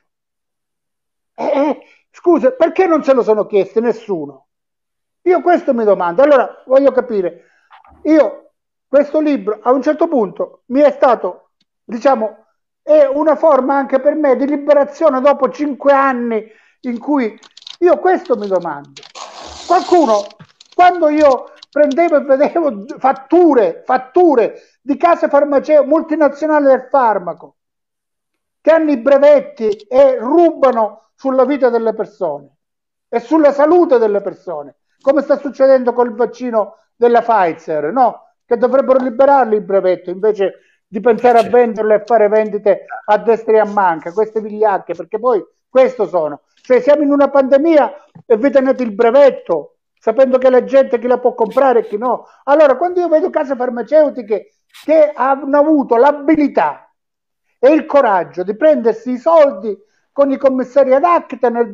Speaker 2: Scusa, perché non se lo sono chiesti nessuno? Io questo mi domando. Allora, voglio capire, io questo libro a un certo punto mi è stato, diciamo, è una forma anche per me di liberazione dopo 5 anni in cui io questo mi domando. Qualcuno, quando io prendevo e vedevo fatture di case farmaceutiche multinazionali del farmaco che hanno i brevetti e rubano sulla vita delle persone e sulla salute delle persone, come sta succedendo col vaccino della Pfizer, no? Che dovrebbero liberarli il brevetto invece di pensare a venderlo e fare vendite a destra e a manca, queste vigliacche, perché poi questo sono. Cioè siamo in una pandemia e vi tenete il brevetto, sapendo che la gente chi la può comprare e chi no. Allora, quando io vedo case farmaceutiche che hanno avuto l'abilità e il coraggio di prendersi i soldi con i commissari ad acta nel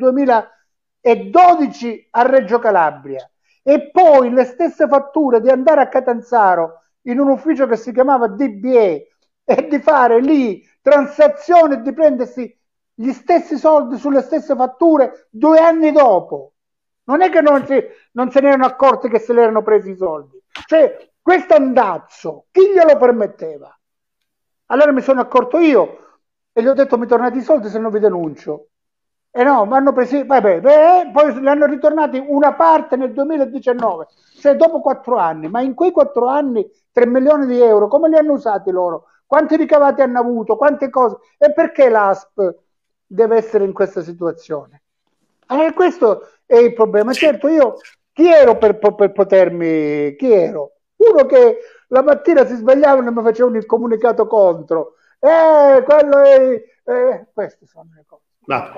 Speaker 2: 2012 a Reggio Calabria e poi le stesse fatture di andare a Catanzaro in un ufficio che si chiamava DBE e di fare lì transazioni e di prendersi gli stessi soldi sulle stesse fatture 2 anni dopo. Non è che non se ne erano accorti che se li erano presi i soldi. Cioè, questo andazzo, chi glielo permetteva? Allora mi sono accorto io e gli ho detto mi tornate i soldi se non vi denuncio. E no, mi hanno presi, poi li hanno ritornati una parte nel 2019, cioè dopo 4 anni, ma in quei 4 anni 3 milioni di euro, come li hanno usati loro? Quanti ricavati hanno avuto? Quante cose? E perché l'ASP deve essere in questa situazione? Allora questo è il problema. Certo, io chi ero per potermi... Chi ero? Uno che la mattina si svegliava e mi facevano il comunicato contro. Quello è... queste sono le cose.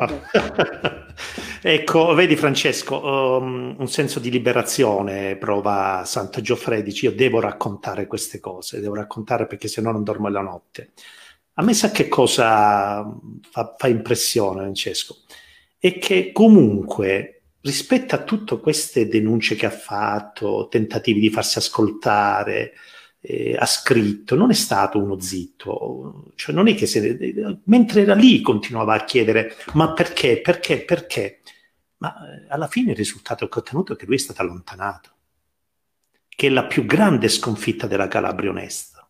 Speaker 1: Ecco, vedi Francesco, un senso di liberazione prova Santo Gioffre, dice io devo raccontare queste cose, devo raccontare perché se no non dormo la notte. A me sa che cosa fa impressione, Francesco? È che comunque rispetto a tutte queste denunce che ha fatto, tentativi di farsi ascoltare, ha scritto, non è stato uno zitto, cioè non è che mentre era lì continuava a chiedere ma perché, ma alla fine il risultato che ha ottenuto è che lui è stato allontanato, che è la più grande sconfitta della Calabria onesta.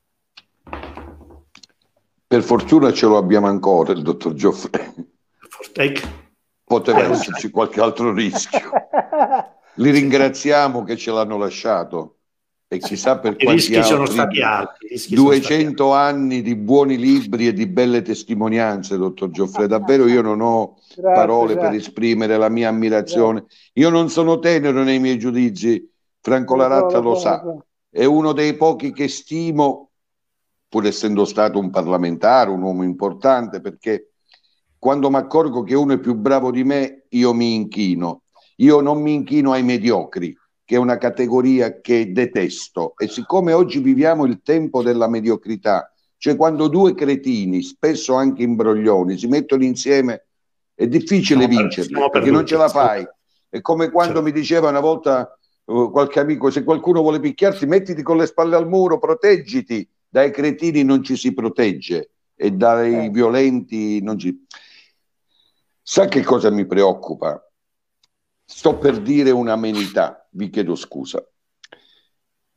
Speaker 3: Per fortuna ce lo abbiamo ancora il dottor Gioffre. Poteva esserci qualche altro rischio. Li ringraziamo che ce l'hanno lasciato. E chissà per quanti altri
Speaker 1: sono stati alti.
Speaker 3: 200 anni di buoni libri e di belle testimonianze, dottor Gioffre. Davvero io non ho parole per esprimere la mia ammirazione. Io non sono tenero nei miei giudizi, Franco Laratta lo sa. È uno dei pochi che stimo, pur essendo stato un parlamentare, un uomo importante, perché quando mi accorgo che uno è più bravo di me, io mi inchino. Io non mi inchino ai mediocri, che è una categoria che detesto, e siccome oggi viviamo il tempo della mediocrità, cioè quando due cretini, spesso anche imbroglioni, si mettono insieme, è difficile vincerli, perché non ce la fai. È come quando mi diceva una volta qualche amico, se qualcuno vuole picchiarti, mettiti con le spalle al muro, proteggiti, dai cretini non ci si protegge e dai violenti non ci... Sa che cosa mi preoccupa? Sto per dire un'amenità, vi chiedo scusa.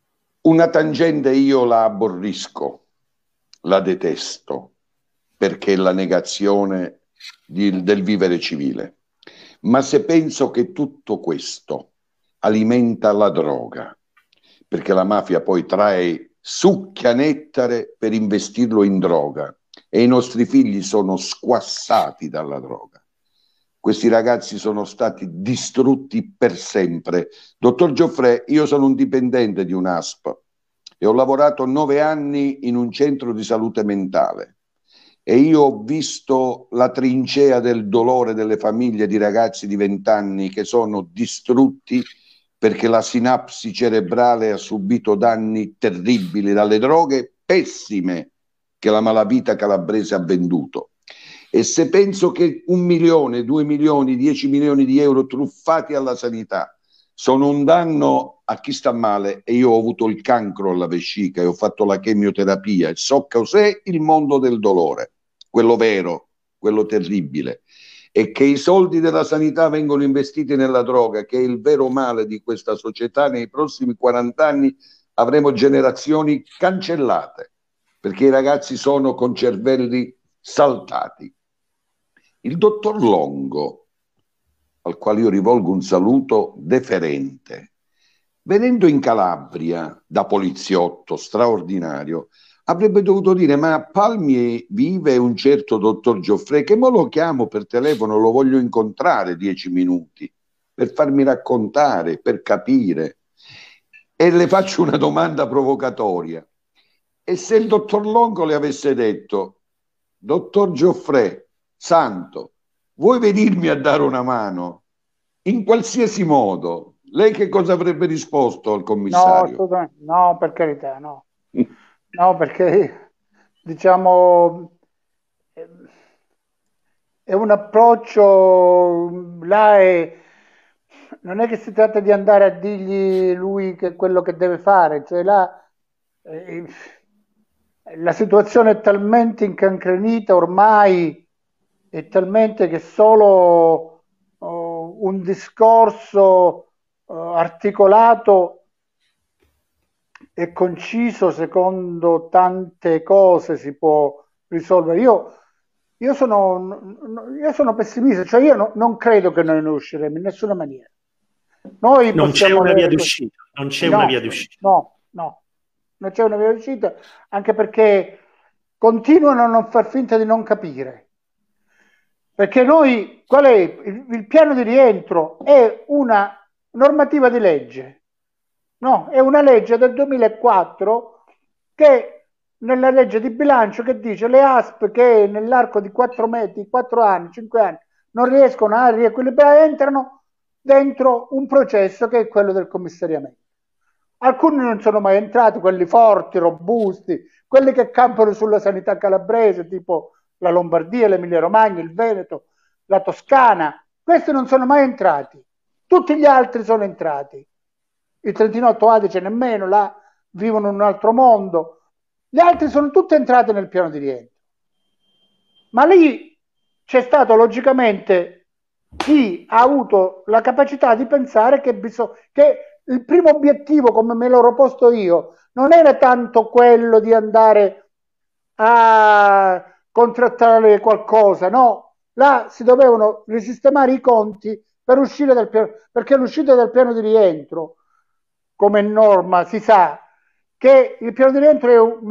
Speaker 3: Una tangente io la aborrisco, la detesto, perché è la negazione del vivere civile. Ma se penso che tutto questo alimenta la droga, perché la mafia poi succhia nettare per investirlo in droga e i nostri figli sono squassati dalla droga. Questi ragazzi sono stati distrutti per sempre. Dottor Gioffrè, io sono un dipendente di un'ASP e ho lavorato 9 anni in un centro di salute mentale e io ho visto la trincea del dolore delle famiglie di ragazzi di 20 anni che sono distrutti perché la sinapsi cerebrale ha subito danni terribili dalle droghe pessime che la malavita calabrese ha venduto. E se penso che 1 milione, 2 milioni, 10 milioni di euro truffati alla sanità sono un danno a chi sta male, e io ho avuto il cancro alla vescica e ho fatto la chemioterapia e so cos'è il mondo del dolore, quello vero, quello terribile, e che i soldi della sanità vengono investiti nella droga, che è il vero male di questa società, nei prossimi 40 anni avremo generazioni cancellate, perché i ragazzi sono con cervelli saltati. Il dottor Longo, al quale io rivolgo un saluto deferente, venendo in Calabria da poliziotto straordinario, avrebbe dovuto dire: ma a Palmi vive un certo dottor Gioffrè, che mo lo chiamo per telefono, lo voglio incontrare 10 minuti per farmi raccontare, per capire. E le faccio una domanda provocatoria: e se il dottor Longo le avesse detto: dottor Gioffrè, santo, vuoi venirmi a dare una mano? In qualsiasi modo, lei che cosa avrebbe risposto al
Speaker 2: No,
Speaker 3: commissario?
Speaker 2: assolutamente, no, per carità, no. No, perché diciamo è un approccio là non è che si tratta di andare a dirgli lui che quello che deve fare, cioè là eh, la situazione è talmente incancrenita ormai, è talmente che solo un discorso articolato e conciso secondo tante cose si può risolvere. Io sono pessimista, cioè io non credo che noi ne usciremo in nessuna maniera. Noi
Speaker 1: Non c'è
Speaker 2: possiamo
Speaker 1: una via
Speaker 2: avere
Speaker 1: d'uscita, non c'è una
Speaker 2: no,
Speaker 1: via d'uscita.
Speaker 2: no, non c'è una via d'uscita, anche perché continuano a non far finta di non capire. Perché noi, qual è il piano di rientro? È una normativa di legge, no? È una legge del 2004 che nella legge di bilancio che dice le ASP che nell'arco di 4 mesi, 4 anni, 5 anni non riescono a riequilibrare entrano dentro un processo che è quello del commissariamento. Alcuni non sono mai entrati, quelli forti, robusti, quelli che campano sulla sanità calabrese, tipo la Lombardia, l'Emilia Romagna, il Veneto, la Toscana. Questi non sono mai entrati. Tutti gli altri sono entrati. Il Trentino Alto Adige nemmeno, là vivono in un altro mondo. Gli altri sono tutti entrati nel piano di rientro. Ma lì c'è stato logicamente chi ha avuto la capacità di pensare che il primo obiettivo, come me l'ero posto io, non era tanto quello di andare a contrattare qualcosa, no, là si dovevano risistemare i conti per uscire dal piano, perché l'uscita dal piano di rientro, come norma, si sa che il piano di rientro è una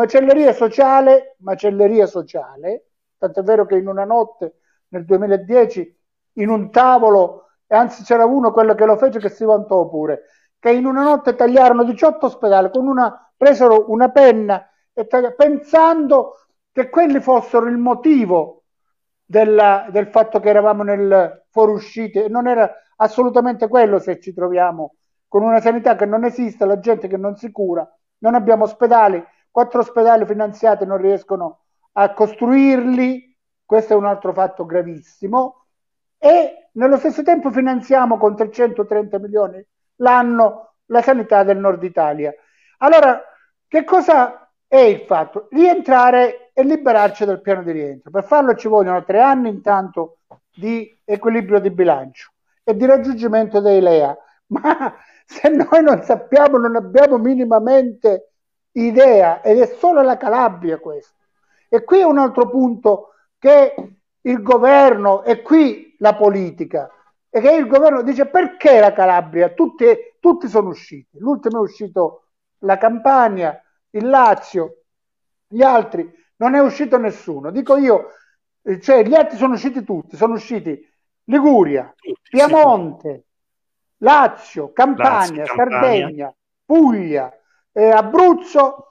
Speaker 2: macelleria sociale, tant'è vero che in una notte nel 2010 in un tavolo, e anzi c'era uno, quello che lo fece, che si vantò pure, che in una notte tagliarono 18 ospedali, presero una penna e pensando che quelli fossero il motivo del fatto che eravamo nel fuoriuscite, e non era assolutamente quello. Se ci troviamo con una sanità che non esiste, la gente che non si cura, non abbiamo ospedali, 4 ospedali finanziati non riescono a costruirli, questo è un altro fatto gravissimo, e nello stesso tempo finanziamo con 330 milioni l'anno la sanità del nord Italia. Allora, che cosa è il fatto? Rientrare e liberarci dal piano di rientro. Per farlo ci vogliono 3 anni intanto di equilibrio di bilancio e di raggiungimento dei LEA, ma se noi non sappiamo, non abbiamo minimamente idea, ed è solo la Calabria questo. E qui è un altro punto, che il governo e qui la politica, e che il governo dice: perché la Calabria? Tutti sono usciti, l'ultimo è uscito la Campania, il Lazio, gli altri non è uscito nessuno. Dico io, cioè gli altri sono usciti tutti, sono usciti Liguria, Piemonte, Lazio, Campania, Sardegna, Puglia, Abruzzo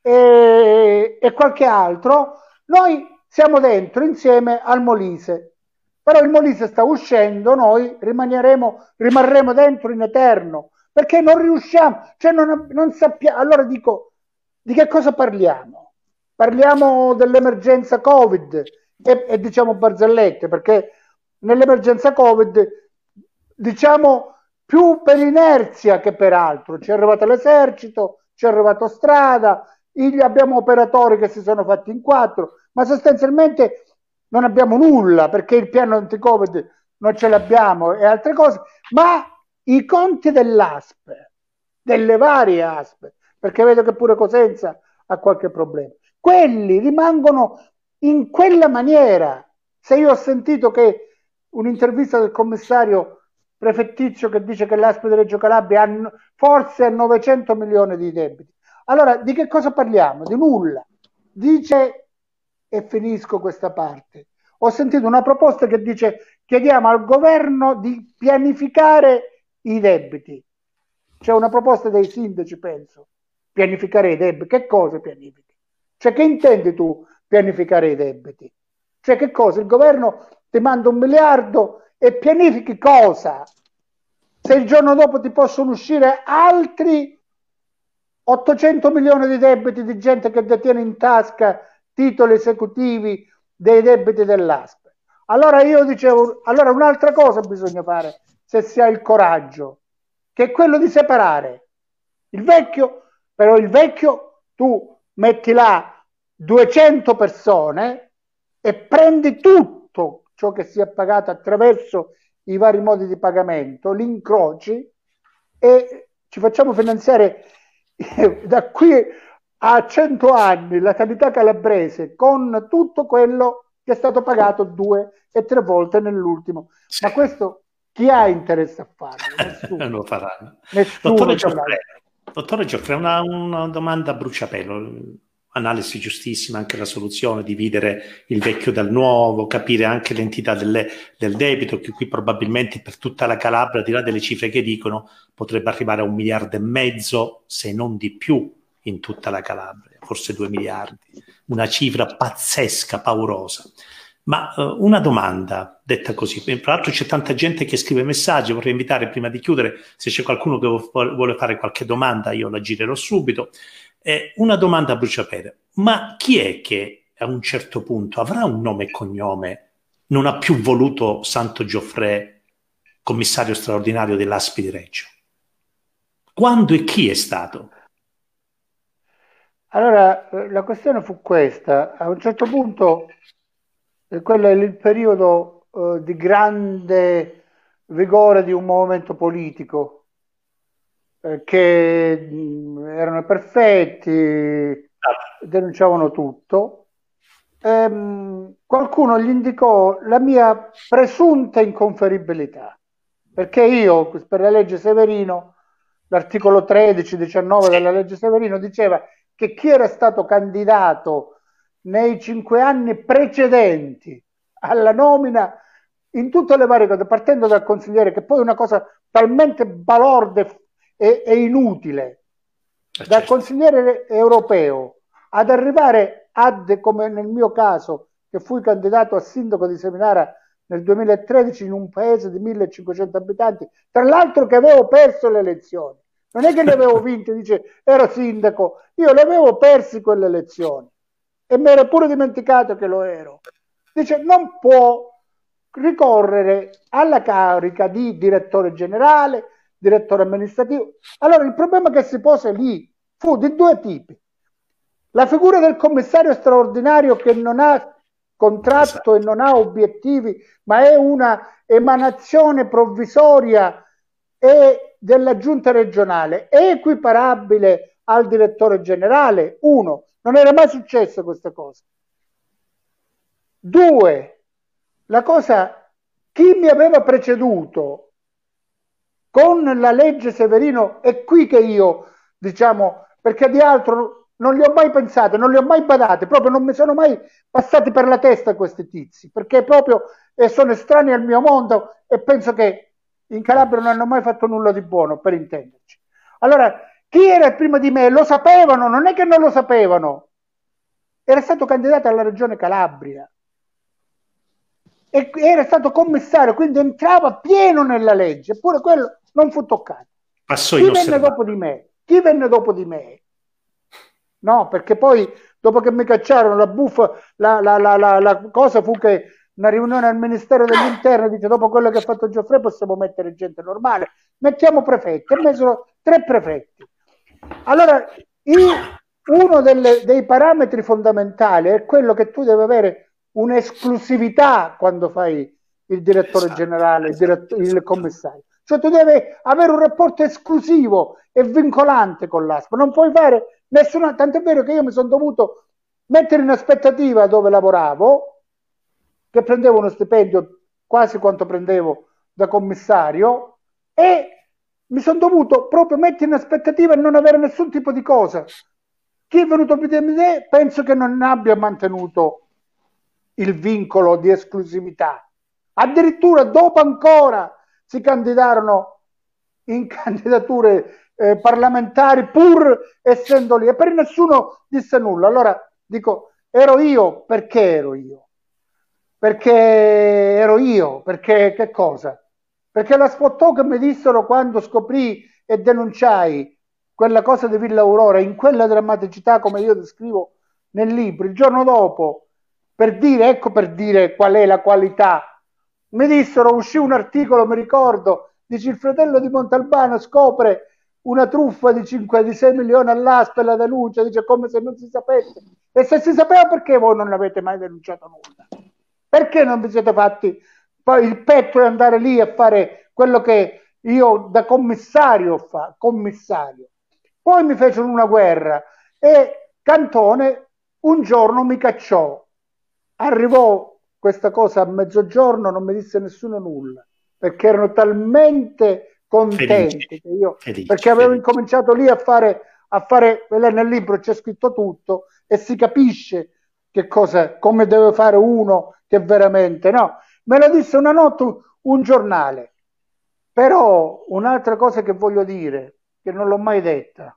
Speaker 2: e qualche altro. Noi siamo dentro insieme al Molise, però il Molise sta uscendo, noi rimarremo dentro in eterno, perché non riusciamo, cioè non sappiamo. Allora dico, di che cosa parliamo? Parliamo dell'emergenza Covid e diciamo barzellette, perché nell'emergenza Covid diciamo più per inerzia che per altro. Ci è arrivato l'esercito, ci è arrivato Strada, abbiamo operatori che si sono fatti in quattro, ma sostanzialmente non abbiamo nulla, perché il piano anti-Covid non ce l'abbiamo e altre cose, ma i conti dell'ASP, delle varie ASP, perché vedo che pure Cosenza ha qualche problema, quelli rimangono in quella maniera. Se io ho sentito che un'intervista del commissario prefettizio che dice che l'ASP di Reggio Calabria forse ha 900 milioni di debiti, allora di che cosa parliamo? Di nulla. Dice, e finisco questa parte, ho sentito una proposta che dice: chiediamo al governo di pianificare i debiti. C'è una proposta dei sindaci, penso, pianificare i debiti. Che cosa pianifichi? Cioè, che intendi tu pianificare i debiti? Cioè, che cosa? Il governo ti manda 1 miliardo e pianifichi cosa? Se il giorno dopo ti possono uscire altri 800 milioni di debiti di gente che detiene in tasca titoli esecutivi dei debiti dell'ASP. Allora io dicevo, allora un'altra cosa bisogna fare, se si ha il coraggio, che è quello di separare il vecchio. Però il vecchio tu metti là 200 persone e prendi tutto ciò che si è pagato attraverso i vari modi di pagamento, li incroci e ci facciamo finanziare da qui a 100 anni la sanità calabrese con tutto quello che è stato pagato 2 e 3 volte nell'ultimo. Ma questo chi ha interesse a farlo? Nessuno.
Speaker 1: Lo faranno.
Speaker 2: Nessuno.
Speaker 1: Dottore Gioffre, una domanda a bruciapelo. Analisi giustissima, anche la soluzione, dividere il vecchio dal nuovo, capire anche l'entità del debito, che qui probabilmente per tutta la Calabria, al di là delle cifre che dicono, potrebbe arrivare a 1,5 miliardi, se non di più, in tutta la Calabria, forse 2 miliardi, una cifra pazzesca, paurosa. Ma una domanda detta così, tra l'altro c'è tanta gente che scrive messaggi, vorrei invitare prima di chiudere, se c'è qualcuno che vuole fare qualche domanda, io la girerò subito. Una domanda a bruciapelo: ma chi è che a un certo punto avrà un nome e cognome, non ha più voluto Santo Gioffre commissario straordinario dell'ASP di Reggio? Quando e chi è stato?
Speaker 2: Allora, la questione fu questa: a un certo punto, quello è il periodo di grande vigore di un movimento politico, che erano perfetti, denunciavano tutto. Qualcuno gli indicò la mia presunta inconferibilità, perché io, per la legge Severino, l'articolo 13-19 della legge Severino diceva che chi era stato candidato nei 5 anni precedenti alla nomina in tutte le varie cose, partendo dal consigliere, che poi è una cosa talmente balorda e inutile, dal consigliere europeo ad arrivare come nel mio caso, che fui candidato a sindaco di Seminara nel 2013 in un paese di 1500 abitanti, tra l'altro che avevo perso le elezioni. Non è che le avevo vinte, dice, ero sindaco, io le avevo persi quelle elezioni e mi ero pure dimenticato che lo ero. Dice, non può ricorrere alla carica di direttore generale, direttore amministrativo. Allora il problema che si pose lì fu di 2 tipi: la figura del commissario straordinario, che non ha contratto e non ha obiettivi, ma è una emanazione provvisoria e della giunta regionale è equiparabile al direttore generale? Uno, non era mai successo questa cosa. Due, la cosa, chi mi aveva preceduto con la legge Severino, è qui che io, diciamo, perché di altro non li ho mai pensati, non li ho mai badati, proprio non mi sono mai passati per la testa questi tizi, perché proprio sono estranei al mio mondo e penso che in Calabria non hanno mai fatto nulla di buono, per intenderci. Allora, chi era prima di me lo sapevano, non è che non lo sapevano, era stato candidato alla regione Calabria e era stato commissario, quindi entrava pieno nella legge, eppure quello non fu toccato.
Speaker 1: Passò
Speaker 2: chi venne dopo di me? Chi venne dopo di me? No, perché poi dopo che mi cacciarono la buffa, la cosa fu che una riunione al Ministero degli Interni dice: dopo quello che ha fatto Gioffre possiamo mettere gente normale, mettiamo prefetti, e messero 3 prefetti. Allora uno dei parametri fondamentali è quello che tu devi avere un'esclusività quando fai il direttore generale, il commissario. Cioè tu devi avere un rapporto esclusivo e vincolante con l'ASP, non puoi fare nessuna, tant'è vero che io mi sono dovuto mettere in aspettativa dove lavoravo, che prendevo uno stipendio quasi quanto prendevo da commissario, e mi sono dovuto proprio mettere in aspettativa e non avere nessun tipo di cosa. Chi è venuto più di me penso che non abbia mantenuto il vincolo di esclusività. Addirittura dopo ancora si candidarono in candidature parlamentari pur essendo lì, e per nessuno disse nulla. Allora dico, ero io perché ero io? Perché ero io? Perché che cosa? Perché la spottò che mi dissero quando scoprì e denunciai quella cosa di Villa Aurora in quella drammaticità come io descrivo nel libro, il giorno dopo, per dire, ecco per dire qual è la qualità, mi dissero, uscì un articolo, mi ricordo, dice: il fratello di Montalbano scopre una truffa di 6 milioni all'ASP e la denuncia, dice come se non si sapesse. E se si sapeva, perché voi non avete mai denunciato nulla? Perché non vi siete fatti poi il petto e andare lì a fare quello che io da commissario commissario. Poi mi fecero una guerra e Cantone un giorno mi cacciò. Arrivò questa cosa a mezzogiorno, non mi disse nessuno nulla, perché erano talmente contenti che io, perché avevo incominciato lì a fare nel libro c'è scritto tutto e si capisce che cosa, come deve fare uno che veramente, no, me lo disse una notte un giornale. Però un'altra cosa che voglio dire, che non l'ho mai detta,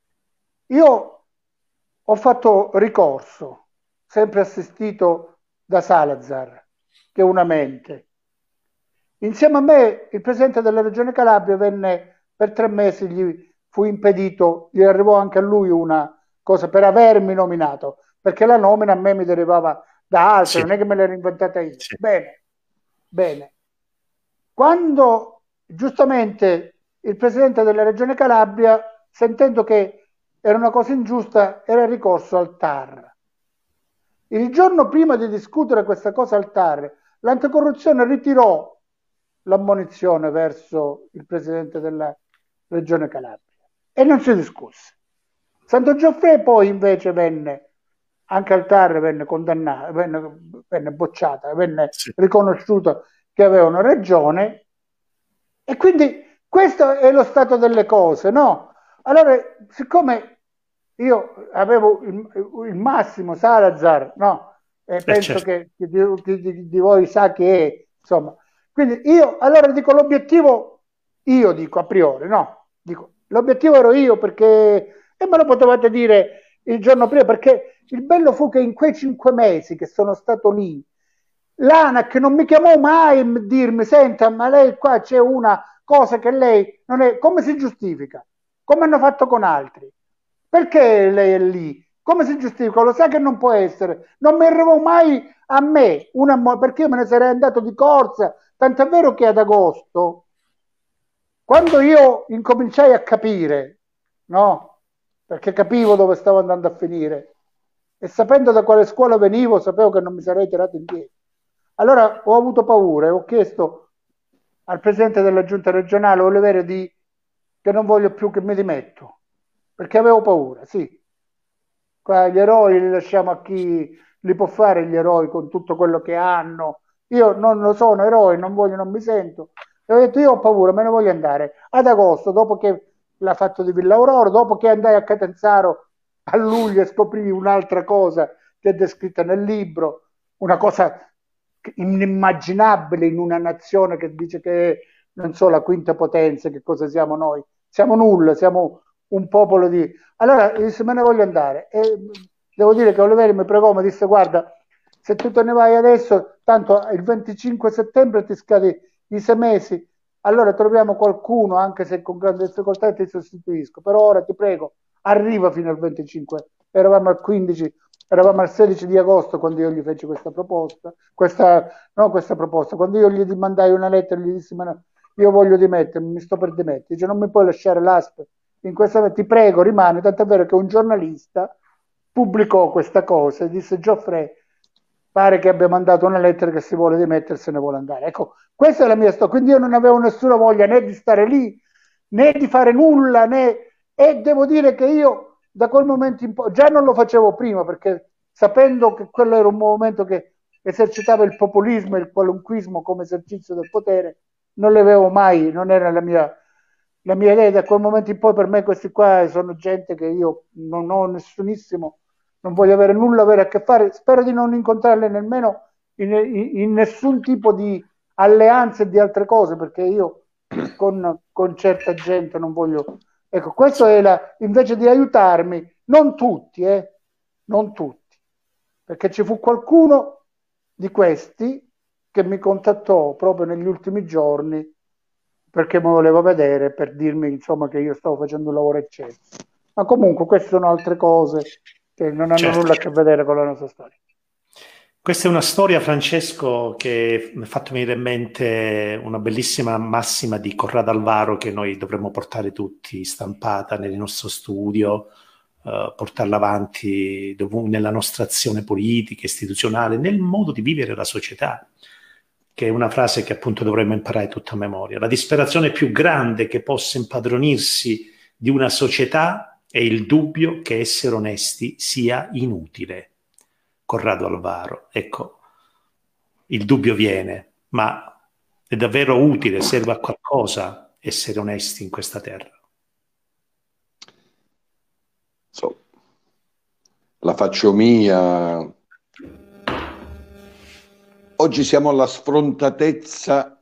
Speaker 2: io ho fatto ricorso, sempre assistito da Salazar, che è una mente. Insieme a me il presidente della regione Calabria venne per 3 mesi, gli fu impedito, gli arrivò anche a lui una cosa per avermi nominato, perché la nomina a me mi derivava da altri, sì. Non è che me l'ero inventata io. Sì. Bene. Quando giustamente il presidente della regione Calabria, sentendo che era una cosa ingiusta, era ricorso al TAR. Il giorno prima di discutere questa cosa al TAR, l'anticorruzione ritirò l'ammonizione verso il presidente della regione Calabria e non si discusse. Santo Gioffre poi invece venne, anche al TAR venne condannato, venne bocciata, venne riconosciuto che avevano ragione, e quindi questo è lo stato delle cose, no? Allora, siccome io avevo il Massimo Salazar, no? Penso che di voi sa che è, insomma. Quindi io, allora dico, l'obiettivo, io dico a priori, no? Dico, l'obiettivo ero io, perché, e me lo potevate dire il giorno prima, perché il bello fu che in quei 5 mesi che sono stato lì, l'ANAC non mi chiamò mai a dirmi: senta, ma lei qua c'è una cosa che lei non è, come si giustifica? Come hanno fatto con altri? Perché lei è lì? Come si giustifica? Lo sa che non può essere. Non mi arrivò mai a me, perché io me ne sarei andato di corsa, tant'è vero che ad agosto, quando io incominciai a capire, no? Perché capivo dove stavo andando a finire, e sapendo da quale scuola venivo, sapevo che non mi sarei tirato indietro. Allora ho avuto paura e ho chiesto al presidente della giunta regionale Olivero di che non voglio più, che mi dimetto, perché avevo paura, sì. Qua gli eroi li lasciamo a chi li può fare gli eroi con tutto quello che hanno. Io non lo sono eroe, non voglio, non mi sento. E ho detto io ho paura, me ne voglio andare. Ad agosto, dopo che l'ha fatto di Villa Aurora, dopo che andai a Catanzaro a luglio e scoprì un'altra cosa che è descritta nel libro, una cosa inimmaginabile in una nazione che dice che è, non so, la quinta potenza, che cosa siamo noi? Siamo nulla, siamo un popolo di... Allora, disse, me ne voglio andare. E devo dire che Oliveri mi pregò, mi disse, guarda, se tu te ne vai adesso, tanto il 25 settembre ti scadi i 6 mesi, allora troviamo qualcuno, anche se con grande difficoltà ti sostituisco, però ora ti prego, arriva fino al 25, eravamo al 15, eravamo al 16 di agosto quando io gli feci questa proposta, no, questa proposta, quando io gli mandai una lettera, gli dissi, ma no, io voglio dimettermi, mi sto per dimettere, dice, non mi puoi lasciare l'ASP in questa, ti prego, rimane, tant'è vero che un giornalista pubblicò questa cosa e disse, Geoffrey, pare che abbia mandato una lettera che si vuole dimettere, se ne vuole andare. Ecco, questa è la mia storia, quindi io non avevo nessuna voglia né di stare lì, né di fare nulla, né... E devo dire che io da quel momento in poi, già non lo facevo prima, perché sapendo che quello era un movimento che esercitava il populismo e il qualunquismo come esercizio del potere, non le avevo mai, non era la mia idea. Da quel momento in poi per me questi qua sono gente che io non ho nessunissimo, non voglio avere nulla a avere a che fare, spero di non incontrarle nemmeno in nessun tipo di alleanze e di altre cose, perché io con certa gente non voglio... Ecco, questo è invece di aiutarmi, non tutti, non tutti, perché ci fu qualcuno di questi che mi contattò proprio negli ultimi giorni perché mi voleva vedere, per dirmi insomma che io stavo facendo un lavoro eccelso. Ma comunque queste sono altre cose che non hanno nulla a che vedere con la nostra storia.
Speaker 1: Questa è una storia, Francesco, che mi ha fatto venire in mente una bellissima massima di Corrado Alvaro che noi dovremmo portare tutti stampata nel nostro studio, portarla avanti nella nostra azione politica, istituzionale, nel modo di vivere la società, che è una frase che appunto dovremmo imparare tutta a memoria. La disperazione più grande che possa impadronirsi di una società è il dubbio che essere onesti sia inutile. Corrado Alvaro, ecco, il dubbio viene, ma è davvero utile, serve a qualcosa essere onesti in questa terra.
Speaker 3: La faccio mia. Oggi siamo alla sfrontatezza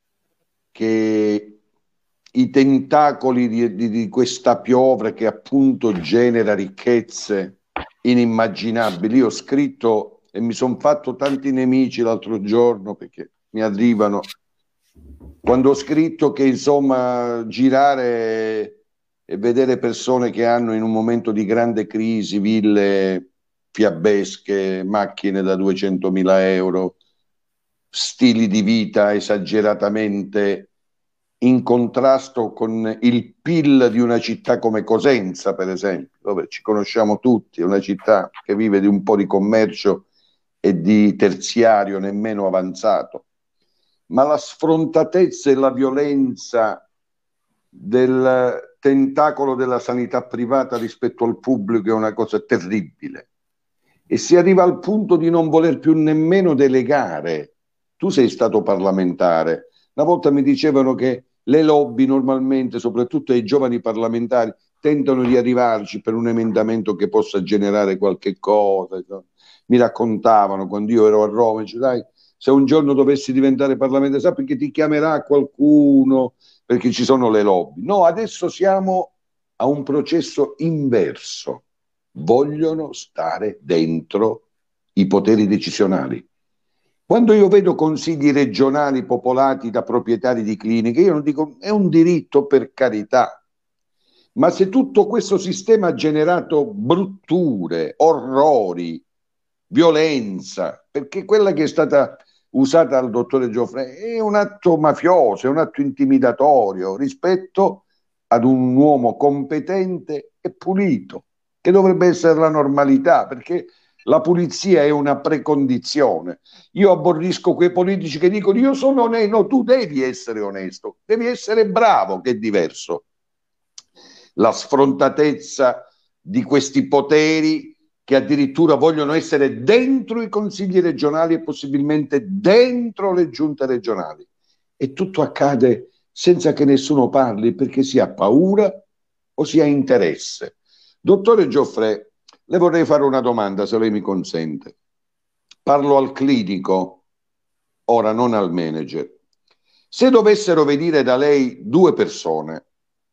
Speaker 3: che i tentacoli di questa piovra che appunto genera ricchezze inimmaginabili. Io ho scritto e mi sono fatto tanti nemici l'altro giorno perché mi arrivano quando ho scritto che insomma girare e vedere persone che hanno in un momento di grande crisi ville fiabesche, macchine da 200.000 euro, stili di vita esageratamente in contrasto con il PIL di una città come Cosenza, per esempio, dove ci conosciamo tutti, è una città che vive di un po' di commercio e di terziario nemmeno avanzato. Ma la sfrontatezza e la violenza del tentacolo della sanità privata rispetto al pubblico è una cosa terribile. E si arriva al punto di non voler più nemmeno delegare. Tu sei stato parlamentare. Una volta mi dicevano che le lobby normalmente, soprattutto ai giovani parlamentari, tentano di arrivarci per un emendamento che possa generare qualche cosa. Mi raccontavano quando io ero a Roma, dice, dai, se un giorno dovessi diventare parlamentare, sappi che ti chiamerà qualcuno perché ci sono le lobby. No, adesso siamo a un processo inverso. Vogliono stare dentro i poteri decisionali. Quando io vedo consigli regionali popolati da proprietari di cliniche, io non dico è un diritto, per carità, ma se tutto questo sistema ha generato brutture, orrori, violenza, perché quella che è stata usata dal dottore Geoffrey è un atto mafioso, è un atto intimidatorio rispetto ad un uomo competente e pulito, che dovrebbe essere la normalità, perché la pulizia è una precondizione. Io aborrisco quei politici che dicono io sono onesto, no, tu devi essere onesto, devi essere bravo, che è diverso. la sfrontatezza di questi poteri che addirittura vogliono essere dentro i consigli regionali e possibilmente dentro le giunte regionali. E tutto accade senza che nessuno parli, perché si ha paura o si ha interesse. Dottore Gioffrè, le vorrei fare una domanda, se lei mi consente. Parlo al clinico, ora non al manager. Se dovessero venire da lei due persone,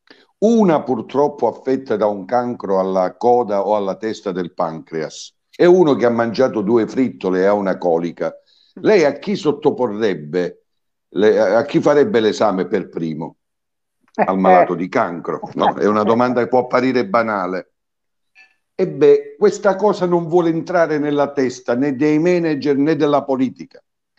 Speaker 3: una purtroppo affetta da un cancro alla coda o alla testa del pancreas e uno che ha mangiato 2 frittole e ha una colica, lei a chi sottoporrebbe, a chi farebbe l'esame per primo? Al malato di cancro? No, è una domanda che può apparire banale. E beh, questa cosa non vuole entrare nella testa né dei manager né della politica,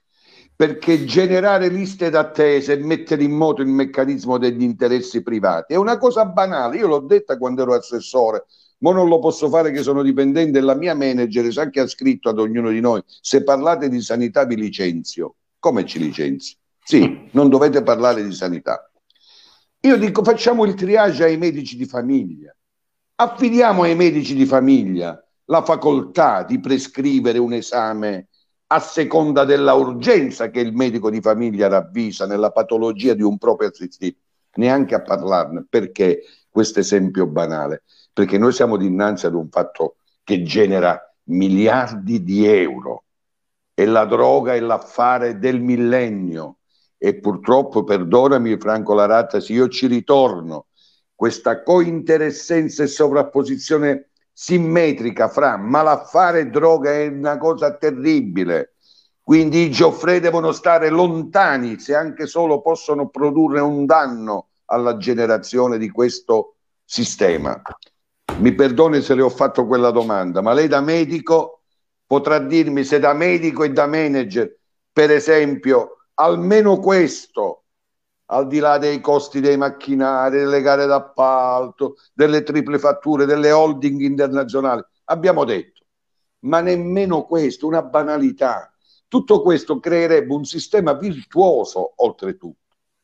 Speaker 3: perché generare liste d'attesa e mettere in moto il meccanismo degli interessi privati è una cosa banale. Io l'ho detta quando ero assessore, ma non lo posso fare che sono dipendente, e la mia manager sa che ha scritto ad ognuno di noi: se parlate di sanità vi licenzio. Come ci licenzi? Sì, non dovete parlare di sanità. Io dico, facciamo il triage ai medici di famiglia, affidiamo ai medici di famiglia la facoltà di prescrivere un esame a seconda della urgenza che il medico di famiglia ravvisa nella patologia di un proprio assistito. Neanche a parlarne. Perché questo esempio banale? Perché noi siamo dinanzi ad un fatto che genera miliardi di euro. È la droga e l'affare del millennio. E purtroppo, perdonami Franco Laratta, se io ci ritorno, questa cointeressenza e sovrapposizione simmetrica fra malaffare e droga è una cosa terribile. Quindi i Gioffrè devono stare lontani, se anche solo possono produrre un danno alla generazione di questo sistema. Mi perdoni se le ho fatto quella domanda, ma lei da medico potrà dirmi, se da medico e da manager, per esempio, almeno questo, al di là dei costi dei macchinari, delle gare d'appalto, delle triple fatture, delle holding internazionali, abbiamo detto, ma nemmeno questo, una banalità. Tutto questo creerebbe un sistema virtuoso, oltretutto,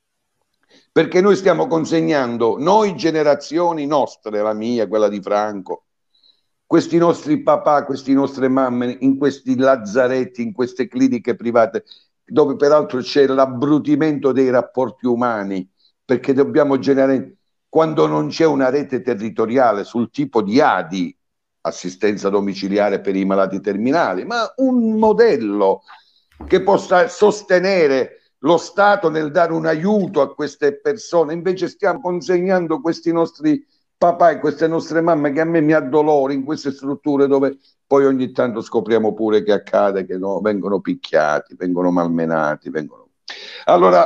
Speaker 3: perché noi stiamo consegnando, noi generazioni nostre, la mia, quella di Franco, questi nostri papà, queste nostre mamme, in questi lazzaretti, in queste cliniche private, dove peraltro c'è l'abbrutimento dei rapporti umani, perché dobbiamo generare, quando non c'è una rete territoriale sul tipo di ADI, assistenza domiciliare per i malati terminali, ma un modello che possa sostenere lo Stato nel dare un aiuto a queste persone. Invece stiamo consegnando questi nostri papà e queste nostre mamme, che a me mi addolora, in queste strutture dove poi ogni tanto scopriamo pure che accade che no, vengono picchiati, vengono malmenati, vengono... Allora,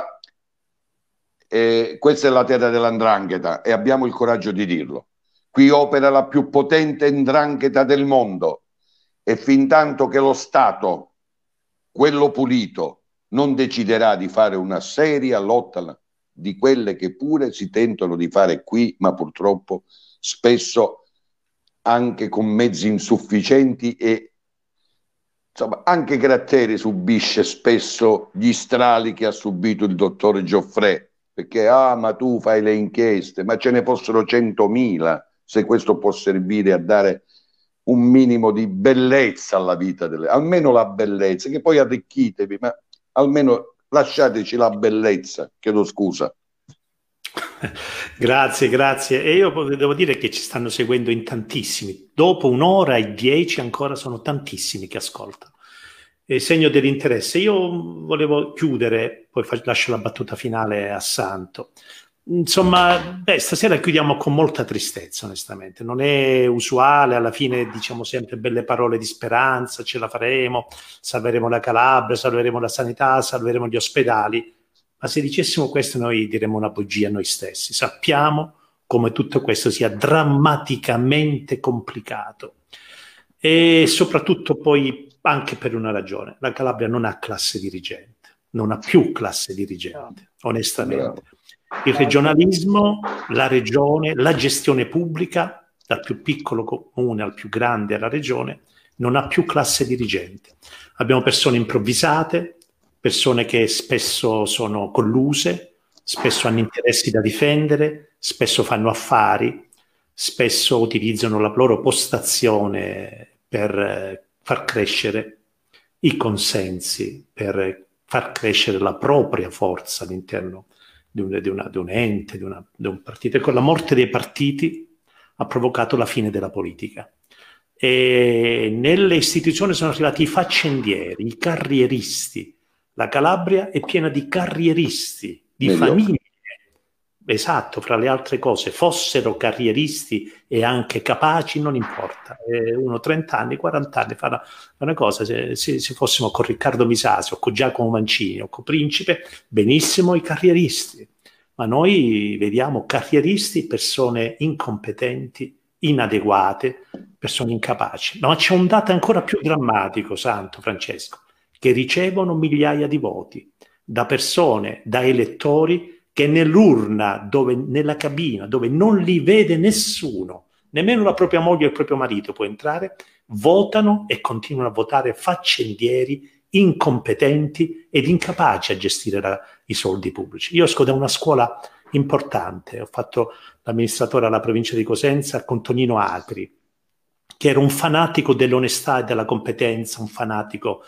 Speaker 3: questa è la terra dell''ndrangheta e abbiamo il coraggio di dirlo. Qui opera la più potente 'ndrangheta del mondo e fin tanto che lo Stato, quello pulito, non deciderà di fare una seria lotta di quelle che pure si tentano di fare qui, ma purtroppo spesso anche con mezzi insufficienti e insomma anche Gratteri subisce spesso gli strali che ha subito il dottore Gioffrè, perché ma tu fai le inchieste, ma ce ne fossero 100.000 se questo può servire a dare un minimo di bellezza alla vita delle, almeno la bellezza, che poi arricchitevi, ma almeno lasciateci la bellezza, chiedo scusa.
Speaker 1: Grazie, grazie. E io devo dire che ci stanno seguendo in tantissimi. Dopo 1 ora e 10 ancora sono tantissimi che ascoltano. È segno dell'interesse. Io volevo chiudere, poi lascio la battuta finale a Santo. Insomma, stasera chiudiamo con molta tristezza, onestamente. Non è usuale, alla fine diciamo sempre belle parole di speranza, ce la faremo, salveremo la Calabria, salveremo la sanità, salveremo gli ospedali. Ma se dicessimo questo noi diremmo una bugia a noi stessi. Sappiamo come tutto questo sia drammaticamente complicato e soprattutto poi anche per una ragione. La Calabria non ha classe dirigente, non ha più classe dirigente, onestamente. Il regionalismo, la regione, la gestione pubblica, dal più piccolo comune al più grande alla regione, non ha più classe dirigente. Abbiamo persone improvvisate, persone che spesso sono colluse, spesso hanno interessi da difendere, spesso fanno affari, spesso utilizzano la loro postazione per far crescere i consensi, per far crescere la propria forza all'interno di un ente, di un partito. E con la morte dei partiti ha provocato la fine della politica. E nelle istituzioni sono arrivati i faccendieri, i carrieristi. La Calabria è piena di carrieristi, di famiglie. Esatto, fra le altre cose, fossero carrieristi e anche capaci, non importa. Uno 30 anni, 40 anni fa una cosa, se fossimo con Riccardo Misasi o con Giacomo Mancini o con Principe, benissimo i carrieristi. Ma noi vediamo carrieristi, persone incompetenti, inadeguate, persone incapaci. Ma c'è un dato ancora più drammatico, Santo Francesco, che ricevono migliaia di voti da persone, da elettori che nell'urna, nella cabina, dove non li vede nessuno, nemmeno la propria moglie o il proprio marito può entrare, votano e continuano a votare faccendieri, incompetenti ed incapaci a gestire i soldi pubblici. Io esco da una scuola importante, ho fatto l'amministratore alla provincia di Cosenza con Tonino Acri, che era un fanatico dell'onestà e della competenza, un fanatico